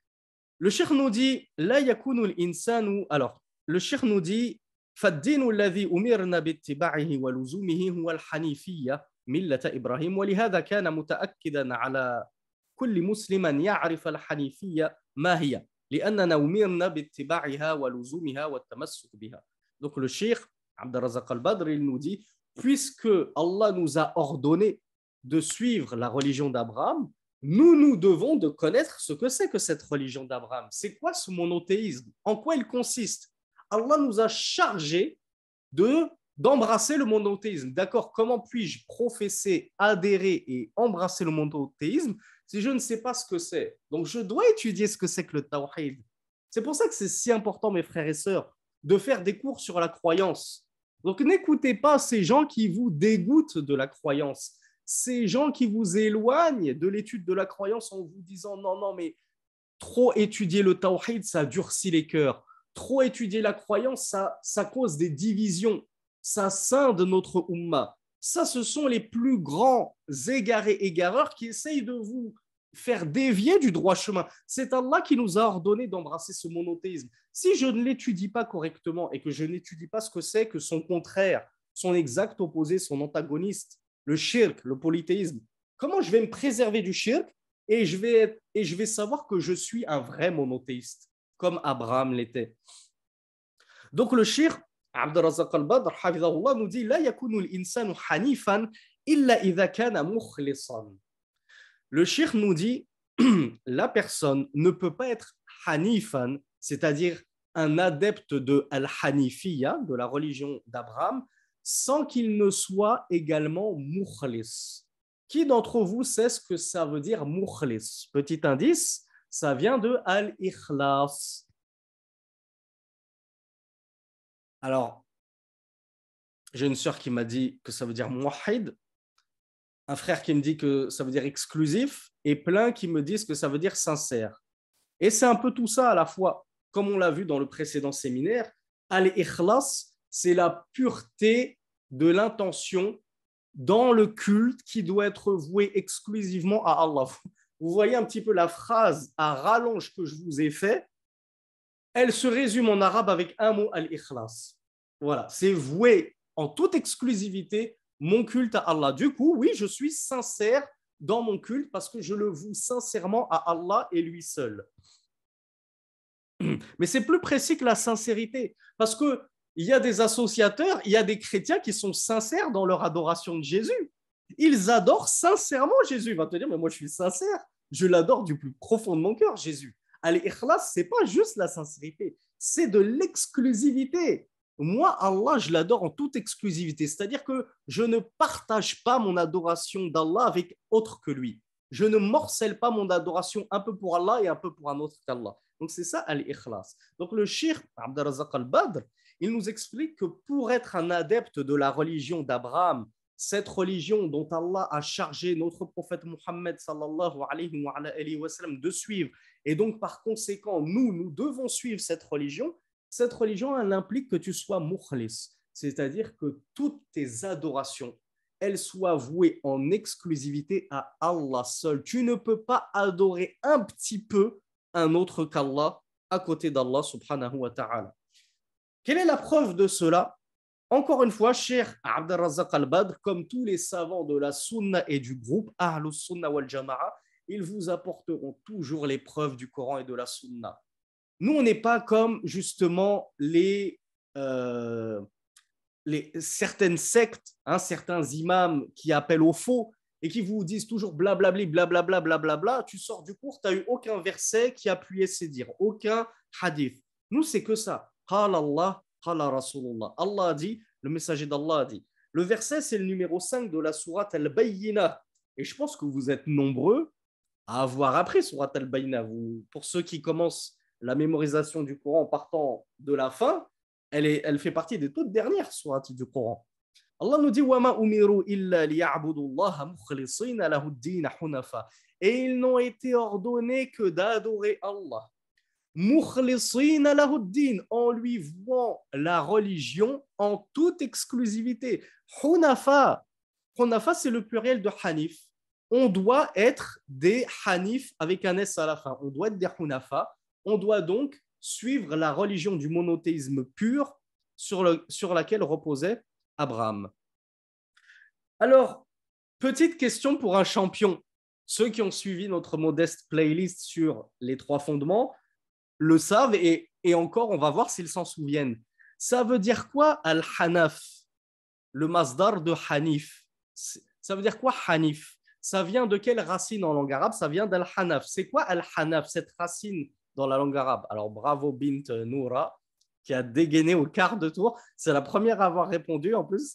Le cheikh nous dit, la yakunu l'insanu. Alors, le cheikh nous dit, فالدين الذي أمرنا باتباعه ولزومه هو الحنيفية ملة إبراهيم ولهذا كان متأكدا على كل مسلم أن يعرف الحنيفية ما هي لأننا أمرنا باتباعها ولزومها والتمسك بها. Donc le cheikh Abd al-Razzaq al-Badr, il nous dit, puisque Allah nous a ordonné de suivre la religion d'Abraham, nous devons de connaître ce que c'est que cette religion d'Abraham. C'est quoi ce monothéisme? En quoi il consiste? Allah nous a chargé d'embrasser le monothéisme. D'accord, comment puis-je professer, adhérer et embrasser le monothéisme si je ne sais pas ce que c'est? Donc, je dois étudier ce que c'est que le tawhid. C'est pour ça que c'est si important, mes frères et sœurs, de faire des cours sur la croyance. Donc, n'écoutez pas ces gens qui vous dégoûtent de la croyance, ces gens qui vous éloignent de l'étude de la croyance en vous disant non, non, mais trop étudier le tawhid, ça durcit les cœurs. Trop étudier la croyance, ça cause des divisions, ça scinde notre umma. Ça, ce sont les plus grands égareurs qui essayent de vous faire dévier du droit chemin. C'est Allah qui nous a ordonné d'embrasser ce monothéisme. Si je ne l'étudie pas correctement et que je n'étudie pas ce que c'est que son contraire, son exact opposé, son antagoniste, le shirk, le polythéisme, comment je vais me préserver du shirk et je vais savoir que je suis un vrai monothéiste, comme Abraham l'était. Donc le shirk, Abd al-Razzaq al-Badr, hafidhahullah, nous dit la yakunu al-insanu hanifan illa idha kana mukhlisan. Le shirk nous dit la personne ne peut pas être hanifan, c'est-à-dire un adepte de al-hanifiyya, de la religion d'Abraham, sans qu'il ne soit également mukhlis. Qui d'entre vous sait ce que ça veut dire mukhlis? Petit indice, ça vient de al-ikhlas. Alors, j'ai une sœur qui m'a dit que ça veut dire muwahhid, un frère qui me dit que ça veut dire exclusif, et plein qui me disent que ça veut dire sincère. Et c'est un peu tout ça à la fois. Comme on l'a vu dans le précédent séminaire, al-ikhlas, c'est la pureté de l'intention dans le culte qui doit être voué exclusivement à Allah. Vous voyez un petit peu la phrase à rallonge que je vous ai fait, elle se résume en arabe avec un mot, al-ikhlas. Voilà, c'est vouer en toute exclusivité mon culte à Allah. Du coup, oui, je suis sincère dans mon culte parce que je le voue sincèrement à Allah et lui seul. Mais c'est plus précis que la sincérité parce qu'il y a des associateurs, il y a des chrétiens qui sont sincères dans leur adoration de Jésus. Ils adorent sincèrement Jésus. Il va te dire, mais moi je suis sincère, je l'adore du plus profond de mon cœur, Jésus. Al-Ikhlas, ce n'est pas juste la sincérité, c'est de l'exclusivité. Moi, Allah, je l'adore en toute exclusivité, c'est-à-dire que je ne partage pas mon adoration d'Allah avec autre que lui. Je ne morcelle pas mon adoration un peu pour Allah et un peu pour un autre qu'Allah. Donc, c'est ça, Al-Ikhlas. Donc, le cheikh Abd al-Razzaq al-Badr, il nous explique que pour être un adepte de la religion d'Abraham, cette religion dont Allah a chargé notre prophète Muhammad sallallahu alayhi wa sallam de suivre, et donc par conséquent, nous devons suivre cette religion, elle implique que tu sois mukhlis, c'est-à-dire que toutes tes adorations, elles soient vouées en exclusivité à Allah seul. Tu ne peux pas adorer un petit peu un autre qu'Allah à côté d'Allah subhanahu wa ta'ala. Quelle est la preuve de cela? Encore une fois, cher Abd al-Razzaq al-Badr, comme tous les savants de la Sunna et du groupe Ahlus Sunna wal Jama'a, ils vous apporteront toujours les preuves du Coran et de la Sunna. Nous, on n'est pas comme justement certaines sectes, certains imams qui appellent au faux et qui vous disent toujours blablabli, blablabla, blablabla. Tu sors du cours, tu n'as eu aucun verset qui appuyait ces dires, aucun hadith. Nous, c'est que ça. Qala Allah, qala Rasulullah. Allah a dit, le messager d'Allah a dit. Le verset, c'est le numéro 5 de la sourate Al-Bayyinah. Et je pense que vous êtes nombreux à avoir appris sourate Al-Bayyinah. Pour ceux qui commencent la mémorisation du Coran en partant de la fin, elle fait partie des toutes dernières sourates du Coran. Allah nous dit وَمَا أُمِرُوا إِلَّا لِيَعْبُدُوا اللَّهَ مُخْلِصِينَ لَهُ الدِّينَ حُنَفًا. Et ils n'ont été ordonnés que d'adorer Allah mukhlisina lahuddin, en lui vouant la religion en toute exclusivité. Hunafa, Hunafa c'est le pluriel de Hanif. On doit être des Hanif avec un S à la fin. On doit être des Hunafa. On doit donc suivre la religion du monothéisme pur sur laquelle reposait Abraham. Alors, petite question pour un champion. Ceux qui ont suivi notre modeste playlist sur les trois fondements le savent et encore, on va voir s'ils s'en souviennent. Ça veut dire quoi Al-Hanaf? Le masdar de Hanif. Ça veut dire quoi Hanif? Ça vient de quelle racine en langue arabe? Ça vient d'Al-Hanaf. C'est quoi Al-Hanaf, cette racine dans la langue arabe? Alors, bravo Bint Noura, qui a dégainé au quart de tour. C'est la première à avoir répondu, en plus.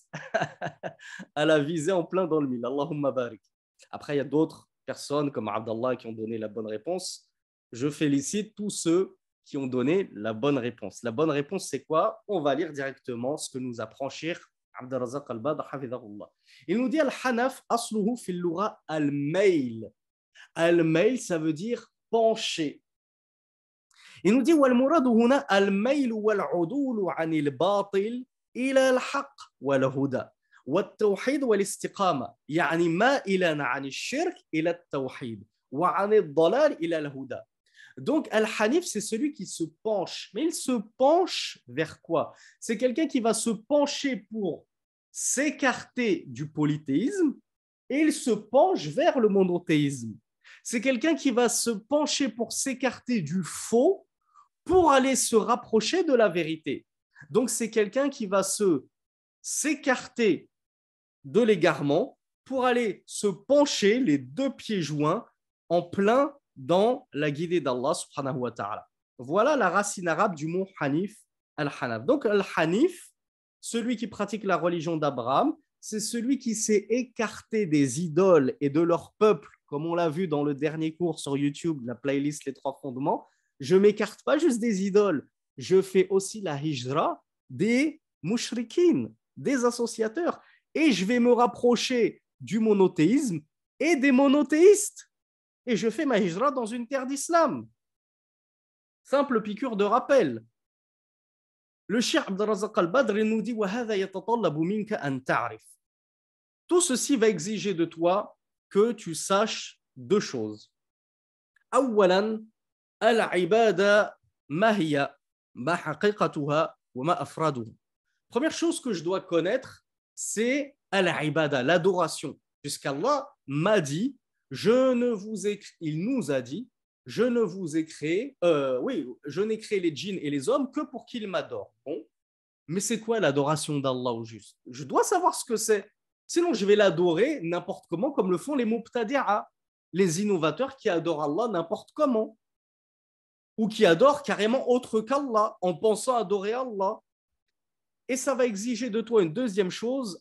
Elle a visé en plein dans le mille. Allahumma barik. Après, il y a d'autres personnes comme Abdallah qui ont donné la bonne réponse. Je félicite tous ceux qui ont donné la bonne réponse. La bonne réponse, c'est quoi? On va lire directement ce que nous apprend Cheikh Abdelrazak Al-Badr, hafidhahullah. Il nous dit Al-Hanaf, asluhu fil lugha al-mail. Al-mail, ça veut dire pencher. Il nous dit wal-muradu huna al-mail wal-udulu anil batil ila al-haq wal-huda. والتوحيد والاستقامة يعني مائلا عن الشرك إلى التوحيد وعن الضلال إلى الهدى. Donc, Al-Hanif, c'est celui qui se penche. Mais il se penche vers quoi? C'est quelqu'un qui va se pencher pour s'écarter du polythéisme et il se penche vers le monothéisme. C'est quelqu'un qui va se pencher pour s'écarter du faux pour aller se rapprocher de la vérité. Donc, c'est quelqu'un qui va s'écarter de l'égarement pour aller se pencher les deux pieds joints en plein dans la guidée d'Allah subhanahu wa ta'ala. Voilà la racine arabe du mot Hanif, Al-Hanaf. Donc Al-Hanif, celui qui pratique la religion d'Abraham, c'est celui qui s'est écarté des idoles et de leur peuple, comme on l'a vu dans le dernier cours sur YouTube, la playlist Les Trois Fondements. Je ne m'écarte pas juste des idoles, je fais aussi la hijra des mushrikines, des associateurs, et je vais me rapprocher du monothéisme et des monothéistes. Et je fais ma hijra dans une terre d'islam. Simple piqûre de rappel. Le Cheikh Abdelrazak Al-Badr nous dit tout ceci va exiger de toi que tu saches deux choses. أولاً العبادة ما هي ما حقيقتها وما أفرادها. Première chose que je dois connaître, c'est al-ibada, l'adoration. Puisqu'Allah m'a dit, il nous a dit, je ne vous ai créé, je n'ai créé les djinns et les hommes que pour qu'ils m'adorent. Bon, mais c'est quoi l'adoration d'Allah au juste? Je dois savoir ce que c'est. Sinon, je vais l'adorer n'importe comment, comme le font les mubtadi'a, les innovateurs qui adorent Allah n'importe comment, ou qui adorent carrément autre qu'Allah, en pensant adorer Allah. Et ça va exiger de toi une deuxième chose,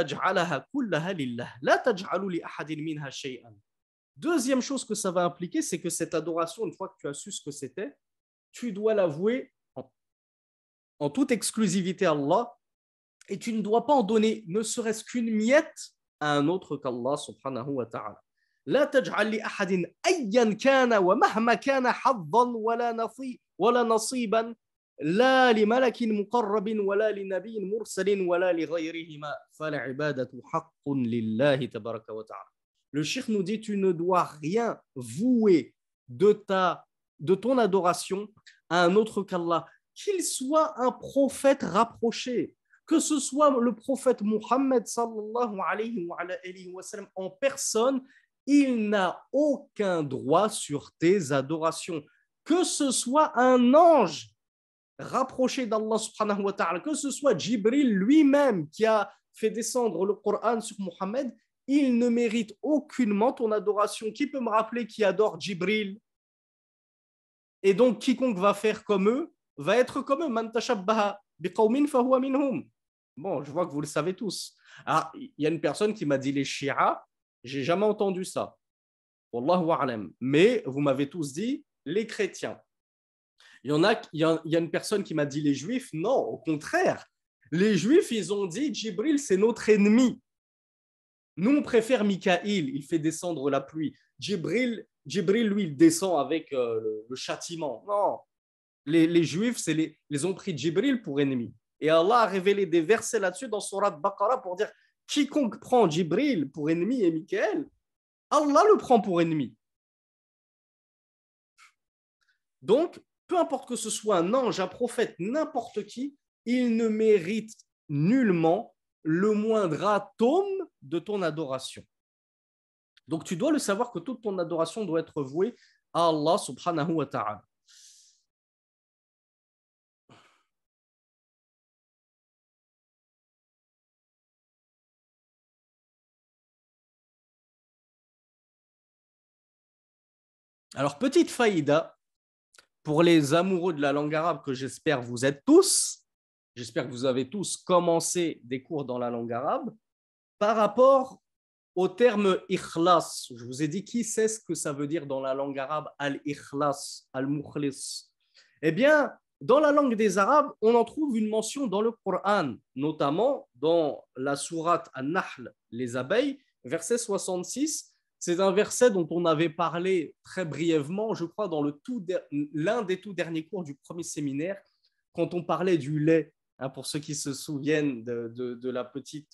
deuxième chose que ça va impliquer, c'est que cette adoration, une fois que tu as su ce que c'était, tu dois l'avouer en toute exclusivité à Allah et tu ne dois pas en donner ne serait-ce qu'une miette à un autre qu'Allah subhanahu wa ta'ala. لا تجعل لأحد أيا كان ومهما كان حظا ولا نصيبا لا لملك مقرب ولا لنبي مرسل ولا لغيرهما فالعبادة حق لله تبارك وتعالى. Le cheikh nous dit tu ne dois rien vouer de ton adoration à un autre qu'Allah, qu'il soit un prophète rapproché, que ce soit le prophète Muhammad sallallahu alayhi wa sallam en personne, il n'a aucun droit sur tes adorations, que ce soit un ange rapproché d'Allah subhanahu wa ta'ala, que ce soit Jibril lui-même qui a fait descendre le Coran sur Muhammad, il ne mérite aucunement ton adoration. Qui peut me rappeler qui adore Jibril? Et donc quiconque va faire comme eux va être comme eux. Man tashabbaha biqawmin fahuwa minhum. Bon, je vois que vous le savez tous. Ah, il y a une personne qui m'a dit les Shia, j'ai jamais entendu ça. Wallahu a'lam. Mais vous m'avez tous dit les chrétiens. Il y a une personne qui m'a dit les juifs. Non, au contraire. Les juifs, ils ont dit Jibril, c'est notre ennemi. Nous, on préfère Mikaïl, il fait descendre la pluie. Jibril lui, il descend avec le châtiment. Non, Les Juifs, les ont pris Jibril pour ennemi. Et Allah a révélé des versets là-dessus dans Surat Baqarah pour dire quiconque prend Jibril pour ennemi et Michael, Allah le prend pour ennemi. Donc, peu importe que ce soit un ange, un prophète, n'importe qui, il ne mérite nullement le moindre atome de ton adoration. Donc, tu dois le savoir que toute ton adoration doit être vouée à Allah subhanahu wa ta'ala. Alors, petite faïda, pour les amoureux de la langue arabe que j'espère vous êtes tous, j'espère que vous avez tous commencé des cours dans la langue arabe, par rapport au terme ikhlas. Je vous ai dit qui sait ce que ça veut dire dans la langue arabe, al-ikhlas, al-mukhlis. Eh bien, dans la langue des Arabes, on en trouve une mention dans le Coran, notamment dans la sourate An-Nahl, les abeilles, verset 66. C'est un verset dont on avait parlé très brièvement, je crois, dans l'un des tout derniers cours du premier séminaire, quand on parlait du lait, hein, pour ceux qui se souviennent de la petite,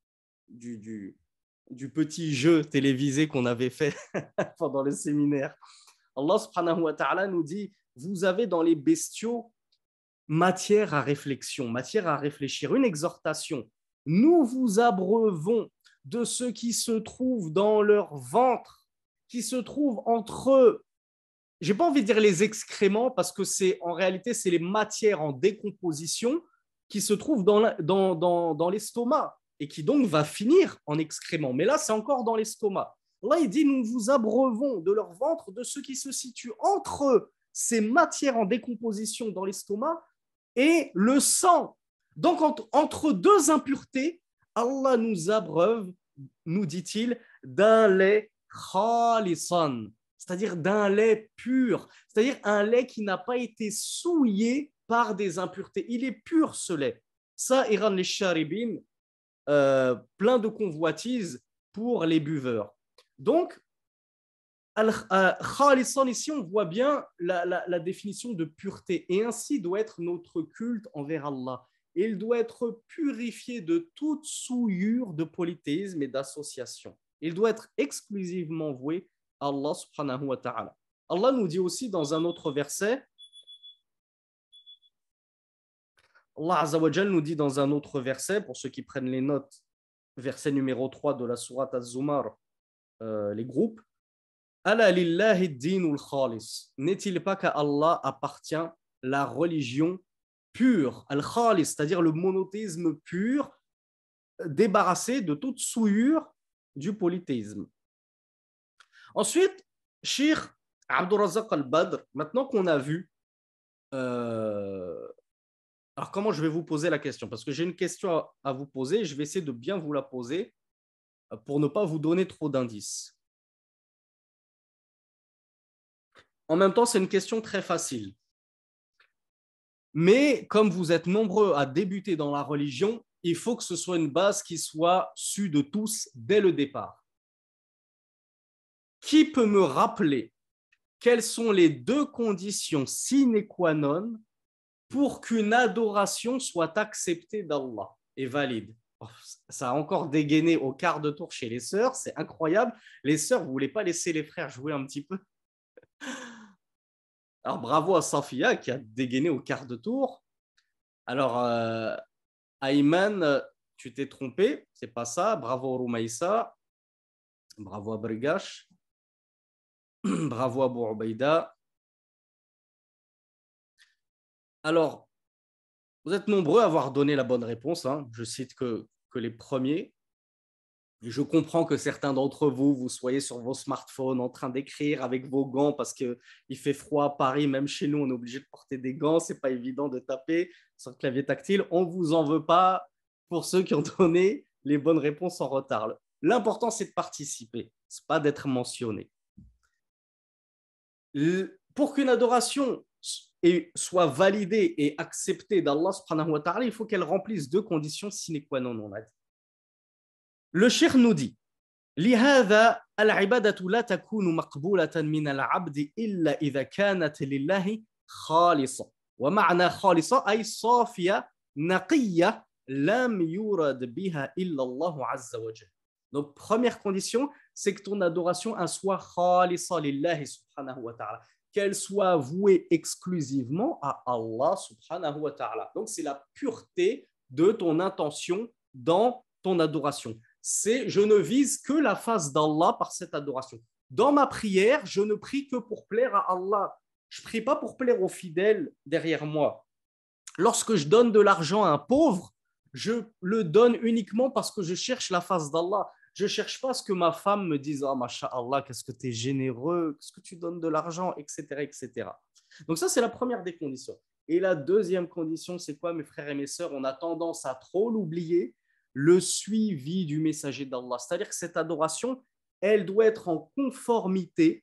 du petit jeu télévisé qu'on avait fait pendant le séminaire. Allah subhanahu wa ta'ala nous dit, vous avez dans les bestiaux matière à réflexion, matière à réfléchir, une exhortation. Nous vous abreuvons de ce qui se trouve dans leur ventre, qui se trouve entre eux. Je n'ai pas envie de dire les excréments parce que en réalité, c'est les matières en décomposition qui se trouvent dans l'estomac et qui donc va finir en excréments. Mais là, c'est encore dans l'estomac. Allah, il dit, nous vous abreuvons de leur ventre de ce qui se situe entre eux, ces matières en décomposition dans l'estomac et le sang. Donc, entre deux impuretés, Allah nous abreuve, nous dit-il, d'un lait khalisan, c'est-à-dire d'un lait pur, c'est-à-dire un lait qui n'a pas été souillé par des impuretés. Il est pur, ce lait. Ça, Iran les Sharibin, plein de convoitises pour les buveurs. Donc, Khalisan, ici, on voit bien la définition de pureté. Et ainsi doit être notre culte envers Allah. Il doit être purifié de toute souillure de polythéisme et d'association. Il doit être exclusivement voué à Allah subhanahu wa ta'ala. Allah nous dit aussi dans un autre verset, Allah Azza wa Jal nous dit dans un autre verset, pour ceux qui prennent les notes, verset numéro 3 de la sourate Az-Zumar, les groupes, Ala lillahi dinul khalis. N'est-il pas qu'à Allah appartient la religion pure, al-khalis, c'est-à-dire le monothéisme pur, débarrassé de toute souillure du polythéisme. Ensuite, Cheikh Abdul Razak al-Badr, maintenant qu'on a vu, alors comment je vais vous poser la question? Parce que j'ai une question à vous poser, je vais essayer de bien vous la poser pour ne pas vous donner trop d'indices. En même temps, c'est une question très facile. Mais comme vous êtes nombreux à débuter dans la religion, il faut que ce soit une base qui soit sue de tous dès le départ. Qui peut me rappeler quelles sont les deux conditions sine qua non pour qu'une adoration soit acceptée d'Allah et valide? Ça a encore dégainé au quart de tour chez les sœurs, c'est incroyable. Les sœurs, vous ne voulez pas laisser les frères jouer un petit peu? Alors, bravo à Safia qui a dégainé au quart de tour. Alors, Ayman, tu t'es trompé, c'est pas ça. Bravo à Roumaïsa. Bravo à Brigash. Bravo à Abu Ubaïda. Alors, vous êtes nombreux à avoir donné la bonne réponse. Hein. Je cite que les premiers. Et je comprends que certains d'entre vous, vous soyez sur vos smartphones en train d'écrire avec vos gants parce qu'il fait froid à Paris, même chez nous, on est obligé de porter des gants, c'est pas évident de taper sur le clavier tactile. On ne vous en veut pas pour ceux qui ont donné les bonnes réponses en retard. L'important, c'est de participer, ce n'est pas d'être mentionné. Pour qu'une adoration soit validée et acceptée d'Allah subhanahu wa ta'ala, il faut qu'elle remplisse deux conditions sine qua non, on a dit. Le cheikh nous dit لهذا العبادة لا تكون مقبولة من العبد إلا إذا كانت لله خالصة. ومعنى خالصة أي صافية نقية لم يرد بها إلا الله عز وجل. Donc, première condition, c'est que ton adoration soit khalisa lillahi subhanahu wa ta'ala, qu'elle soit vouée exclusivement à Allah subhanahu wa ta'ala. Donc, c'est la pureté de ton intention dans ton adoration. C'est je ne vise que la face d'Allah par cette adoration. Dans ma prière, je ne prie que pour plaire à Allah. Je ne prie pas pour plaire aux fidèles derrière moi. Lorsque je donne de l'argent à un pauvre, je le donne uniquement parce que je cherche la face d'Allah. Je ne cherche pas à ce que ma femme me dise « Ah, masha'Allah, qu'est-ce que tu es généreux, qu'est-ce que tu donnes de l'argent, etc. etc. » Donc ça, c'est la première des conditions. Et la deuxième condition, c'est quoi, mes frères et mes sœurs? On a tendance à trop l'oublier, le suivi du messager d'Allah. C'est-à-dire que cette adoration, elle doit être en conformité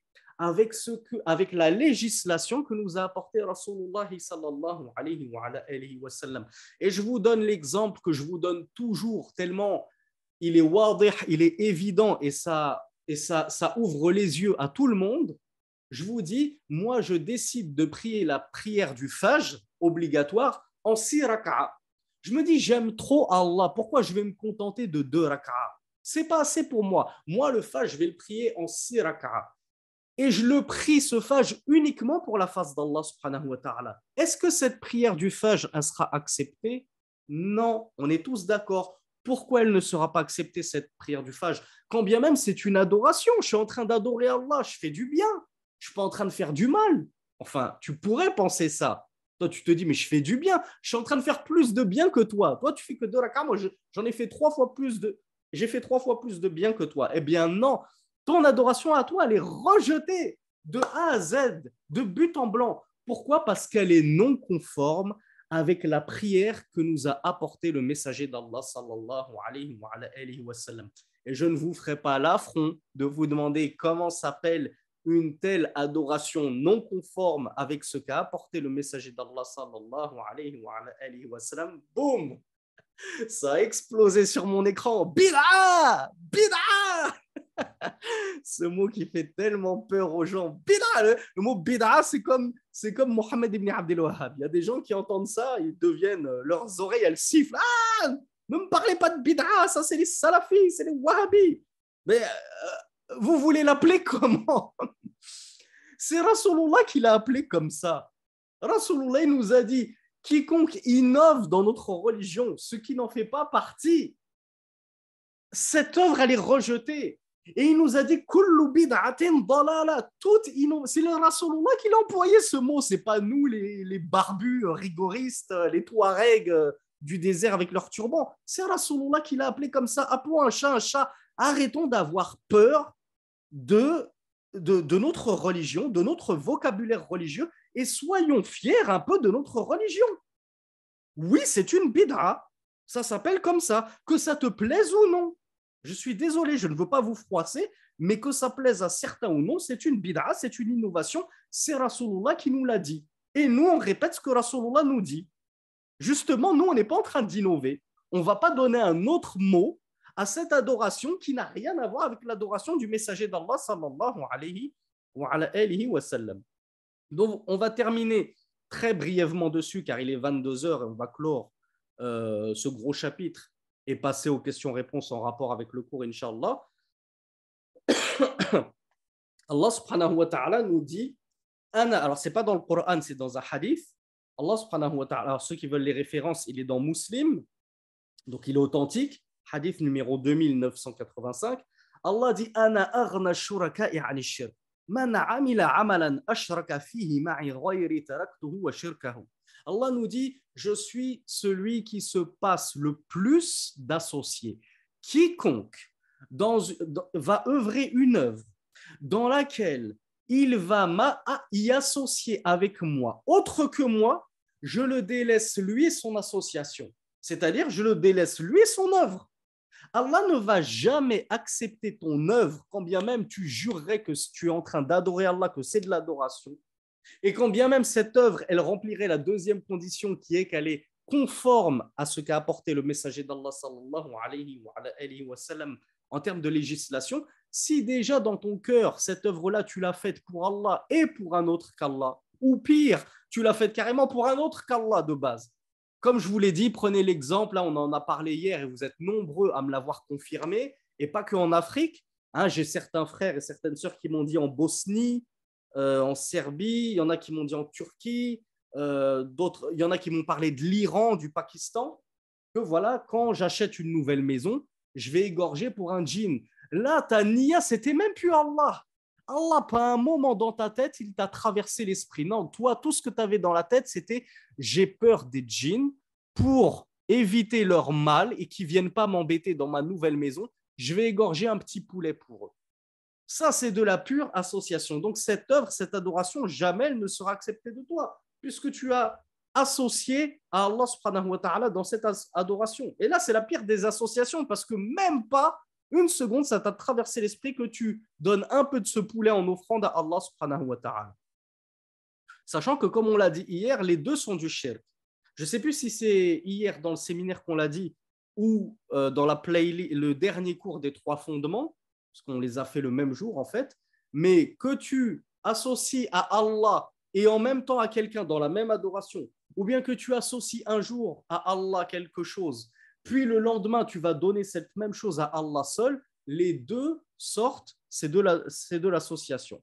avec la législation que nous a apporté Rasulullah sallallahu alayhi wa sallam. Et je vous donne l'exemple que je vous donne toujours, tellement il est wadih, il est évident et ça ouvre les yeux à tout le monde. Je vous dis, moi je décide de prier la prière du Fajr obligatoire en 6 raka'a. Je me dis, j'aime trop Allah, pourquoi je vais me contenter de 2 raka'a? C'est pas assez pour moi. Moi, le Fajr, je vais le prier en 6 raka'a. Et je le prie ce Fajr uniquement pour la face d'Allah subhanahu wa ta'ala. Est-ce que cette prière du Fajr, elle sera acceptée? Non, on est tous d'accord. Pourquoi elle ne sera pas acceptée, cette prière du Fajr? Quand bien même c'est une adoration, je suis en train d'adorer Allah, je fais du bien, je ne suis pas en train de faire du mal. Enfin, tu pourrais penser ça. Toi, tu te dis, mais je fais du bien, je suis en train de faire plus de bien que toi. Toi, tu fais que 2 rak'a, moi, j'en ai fait 3 fois plus j'ai fait 3 fois plus de bien que toi. Eh bien, non, ton adoration à toi, elle est rejetée de A à Z, de but en blanc. Pourquoi? Parce qu'elle est non conforme avec la prière que nous a apporté le messager d'Allah sallallahu alayhi wa sallam. Et je ne vous ferai pas l'affront de vous demander comment s'appelle une telle adoration non conforme avec ce qu'a apporté le messager d'Allah sallallahu alayhi wa sallam. Boum! Ça a explosé sur mon écran. Bid'a! Bid'a! Ce mot qui fait tellement peur aux gens. Bid'a, le mot bid'a, c'est comme Mohammed ibn Abdel Wahhab. Il y a des gens qui entendent ça, ils deviennent, leurs oreilles, elles sifflent. Ah, ne me parlez pas de bid'a, ça c'est les salafis, c'est les wahhabis. Mais vous voulez l'appeler comment? C'est Rasulullah qui l'a appelé comme ça. Rasulullah nous a dit, quiconque innove dans notre religion, ce qui n'en fait pas partie, cette œuvre, elle est rejetée. Et il nous a dit kullu bid'atin dalala, c'est le Rasulullah qui a employé ce mot, c'est pas nous les barbus rigoristes, les Touaregs du désert avec leur turban. C'est Rasulullah qui l'a appelé comme ça. Appelons un chat un chat. Arrêtons d'avoir peur de notre religion, de notre vocabulaire religieux, et soyons fiers un peu de notre religion. Oui, c'est une bid'a, ça s'appelle comme ça, que ça te plaise ou non. Je suis désolé, je ne veux pas vous froisser, mais que ça plaise à certains ou non, c'est une bid'a, c'est une innovation, c'est Rasulullah qui nous l'a dit. Et nous, on répète ce que Rasulullah nous dit. Justement, nous, on n'est pas en train d'innover. On ne va pas donner un autre mot à cette adoration qui n'a rien à voir avec l'adoration du messager d'Allah sallallahu alayhi wa sallam. Donc, on va terminer très brièvement dessus, car il est 22 heures et on va clore ce gros chapitre et passer aux questions-réponses en rapport avec le cours, Inch'Allah. Allah subhanahu wa ta'ala nous dit, alors c'est pas dans le Coran, c'est dans un hadith. Allah subhanahu wa ta'ala, alors ceux qui veulent les références, il est dans Muslim, donc il est authentique, hadith numéro 2985. Allah dit, Ana aghna shuraka'i 'ani shirk. Man 'amila 'amalan ashraka fihi ma'i ghayri taraktuhu wa shirkahu. Allah nous dit, je suis celui qui se passe le plus d'associés. Quiconque va œuvrer une œuvre dans laquelle il va y associer avec moi, autre que moi, je le délaisse lui et son association. C'est-à-dire, je le délaisse lui et son œuvre. Allah ne va jamais accepter ton œuvre, quand bien même tu jurerais que tu es en train d'adorer Allah, que c'est de l'adoration. Et quand bien même cette œuvre, elle remplirait la deuxième condition qui est qu'elle est conforme à ce qu'a apporté le messager d'Allah sallallahu alayhi wa sallam en termes de législation, si déjà dans ton cœur, cette œuvre-là, tu l'as faite pour Allah et pour un autre qu'Allah, ou pire, tu l'as faite carrément pour un autre qu'Allah de base. Comme je vous l'ai dit, prenez l'exemple, là on en a parlé hier et vous êtes nombreux à me l'avoir confirmé, et pas qu'en Afrique. Hein, j'ai certains frères et certaines sœurs qui m'ont dit en Bosnie, en Serbie, il y en a qui m'ont dit en Turquie, d'autres, il y en a qui m'ont parlé de l'Iran, du Pakistan, que voilà, quand j'achète une nouvelle maison, je vais égorger pour un djinn. Là, ta niya, c'était même plus Allah. Allah, pas un moment dans ta tête, il t'a traversé l'esprit. Non, toi, tout ce que tu avais dans la tête, c'était j'ai peur des djinns pour éviter leur mal et qu'ils ne viennent pas m'embêter dans ma nouvelle maison. Je vais égorger un petit poulet pour eux. Ça, c'est de la pure association. Donc, cette œuvre, cette adoration, jamais elle ne sera acceptée de toi, puisque tu as associé à Allah subhanahu wa ta'ala dans cette adoration. Et là, c'est la pire des associations, parce que même pas une seconde, ça t'a traversé l'esprit que tu donnes un peu de ce poulet en offrande à Allah subhanahu wa ta'ala. Sachant que, comme on l'a dit hier, les deux sont du shirk. Je ne sais plus si c'est hier dans le séminaire qu'on l'a dit ou dans la le dernier cours des 3 fondements, parce qu'on les a fait le même jour en fait, mais que tu associes à Allah et en même temps à quelqu'un dans la même adoration, ou bien que tu associes un jour à Allah quelque chose, puis le lendemain tu vas donner cette même chose à Allah seul, les deux sortes, c'est de l'association.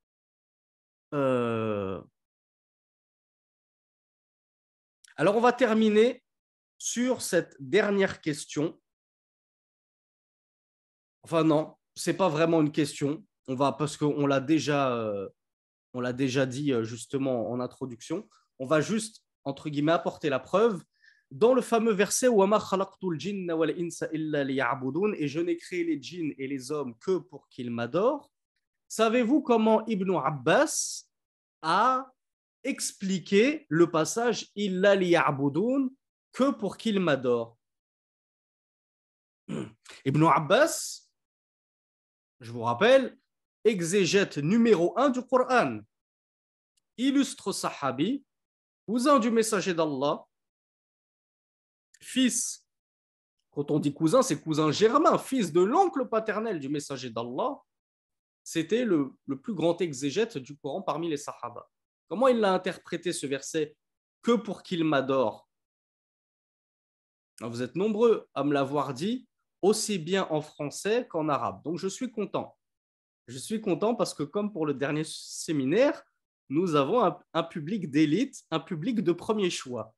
Alors on va terminer sur cette dernière question. Enfin non, c'est pas vraiment une question. On va parce qu'on l'a déjà dit justement en introduction. On va juste entre guillemets apporter la preuve dans le fameux verset Wama khalaqtul jinna wal insa illa liya'budun, et je n'ai créé les djinns et les hommes que pour qu'ils m'adorent. Savez-vous comment Ibn Abbas a expliqué le passage illa liya'budun, que pour qu'ils m'adorent? Ibn Abbas, je vous rappelle, exégète numéro 1 du Coran, illustre sahabi, cousin du messager d'Allah, fils, quand on dit cousin, c'est cousin germain, fils de l'oncle paternel du messager d'Allah, c'était le plus grand exégète du Coran parmi les sahaba. Comment il a interprété ce verset? Que pour qu'il m'adore. Vous êtes nombreux à me l'avoir dit, aussi bien en français qu'en arabe. Donc je suis content. Je suis content parce que comme pour le dernier séminaire, nous avons un public d'élite, un public de premier choix.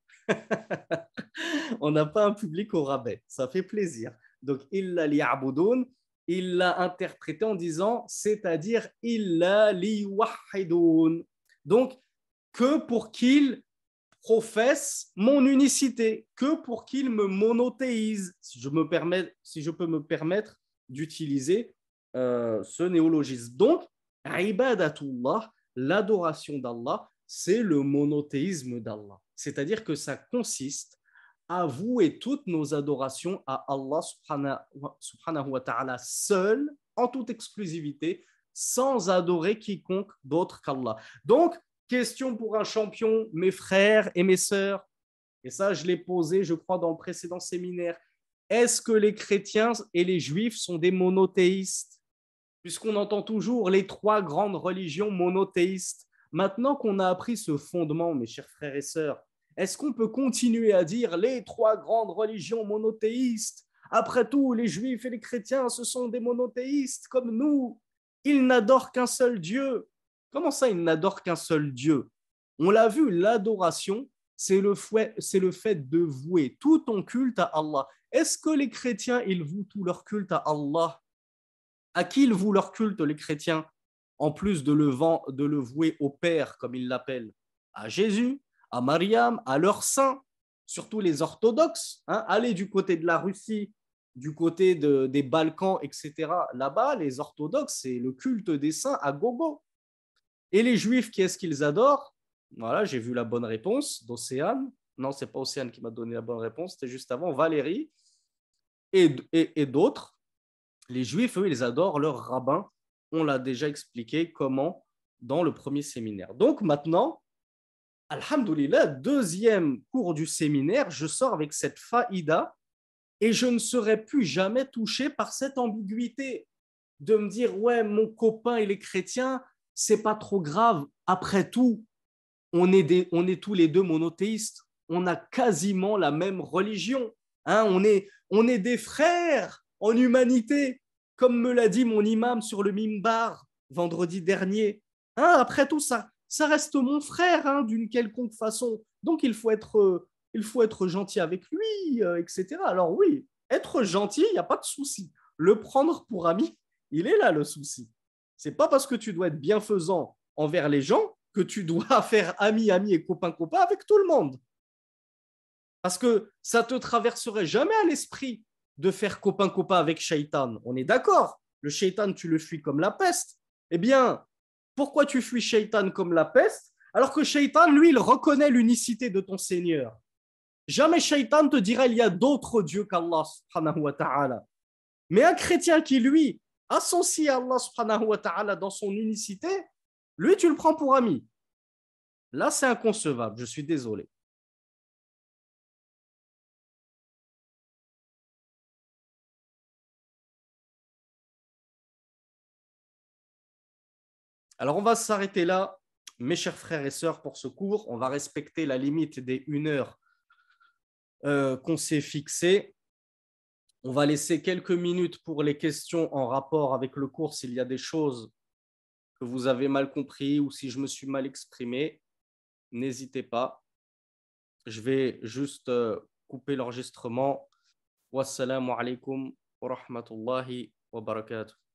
On n'a pas un public au rabais. Ça fait plaisir. Donc, illa liya'budun, il l'a interprété en disant, c'est-à-dire illa liwahidun. Donc, que pour qu'il professe mon unicité, que pour qu'il me monothéise, si je peux me permettre d'utiliser ce néologisme. Donc, ibadatullah, l'adoration d'Allah, c'est le monothéisme d'Allah. C'est-à-dire que ça consiste à vouer toutes nos adorations à Allah subhanahu wa ta'ala seul, en toute exclusivité, sans adorer quiconque d'autre qu'Allah. Donc, question pour un champion, mes frères et mes sœurs, et ça je l'ai posé, je crois, dans le précédent séminaire. Est-ce que les chrétiens et les juifs sont des monothéistes? Puisqu'on entend toujours les 3 grandes religions monothéistes. Maintenant qu'on a appris ce fondement, mes chers frères et sœurs, est-ce qu'on peut continuer à dire les 3 grandes religions monothéistes? Après tout, les juifs et les chrétiens, ce sont des monothéistes comme nous. Ils n'adorent qu'un seul Dieu. Comment ça, ils n'adorent qu'un seul Dieu? On l'a vu, l'adoration, c'est le fait de vouer tout ton culte à Allah. Est-ce que les chrétiens, ils vouent tout leur culte à Allah? À qui ils vouent leur culte, les chrétiens? En plus de le vouer au Père, comme ils l'appellent, à Jésus, à Mariam, à leurs saints, surtout les orthodoxes. Hein, allez du côté de la Russie, du côté des Balkans, etc. Là-bas, les orthodoxes, c'est le culte des saints à gogo. Et les juifs, qui est-ce qu'ils adorent? Voilà, j'ai vu la bonne réponse d'Océane. Non, ce n'est pas Océane qui m'a donné la bonne réponse, c'était juste avant, Valérie et d'autres. Les juifs, eux, ils adorent leur rabbin. On l'a déjà expliqué comment dans le premier séminaire. Donc maintenant, alhamdoulilah, deuxième cours du séminaire, je sors avec cette faïda et je ne serai plus jamais touché par cette ambiguïté de me dire, ouais, mon copain, il est chrétien, c'est pas trop grave. Après tout, on est tous les deux monothéistes. On a quasiment la même religion. Hein, on est des frères en humanité, comme me l'a dit mon imam sur le mimbar vendredi dernier. Hein, après tout ça, ça reste mon frère hein, d'une quelconque façon. Donc il faut être gentil avec lui, etc. Alors oui, être gentil, il n'y a pas de souci. Le prendre pour ami, il est là le souci. C'est pas parce que tu dois être bienfaisant envers les gens que tu dois faire ami et copain avec tout le monde. Parce que ça te traverserait jamais à l'esprit de faire copain avec Shaitan. On est d'accord. Le Shaitan, tu le fuis comme la peste. Eh bien, pourquoi tu fuis Shaitan comme la peste alors que Shaitan, lui, il reconnaît l'unicité de ton Seigneur. Jamais Shaitan te dira il y a d'autres dieux qu'Allah subhanahu wa ta'ala. Mais un chrétien qui, lui, associe Allah subhanahu wa ta'ala dans son unicité, lui, tu le prends pour ami. Là, c'est inconcevable, je suis désolé. Alors, on va s'arrêter là, mes chers frères et sœurs, pour ce cours. On va respecter la limite des 1 heure qu'on s'est fixée. On va laisser quelques minutes pour les questions en rapport avec le cours s'il y a des choses que vous avez mal compris ou si je me suis mal exprimé. N'hésitez pas. Je vais juste couper l'enregistrement. Wassalamu alaikum wa rahmatullahi wa barakatuh.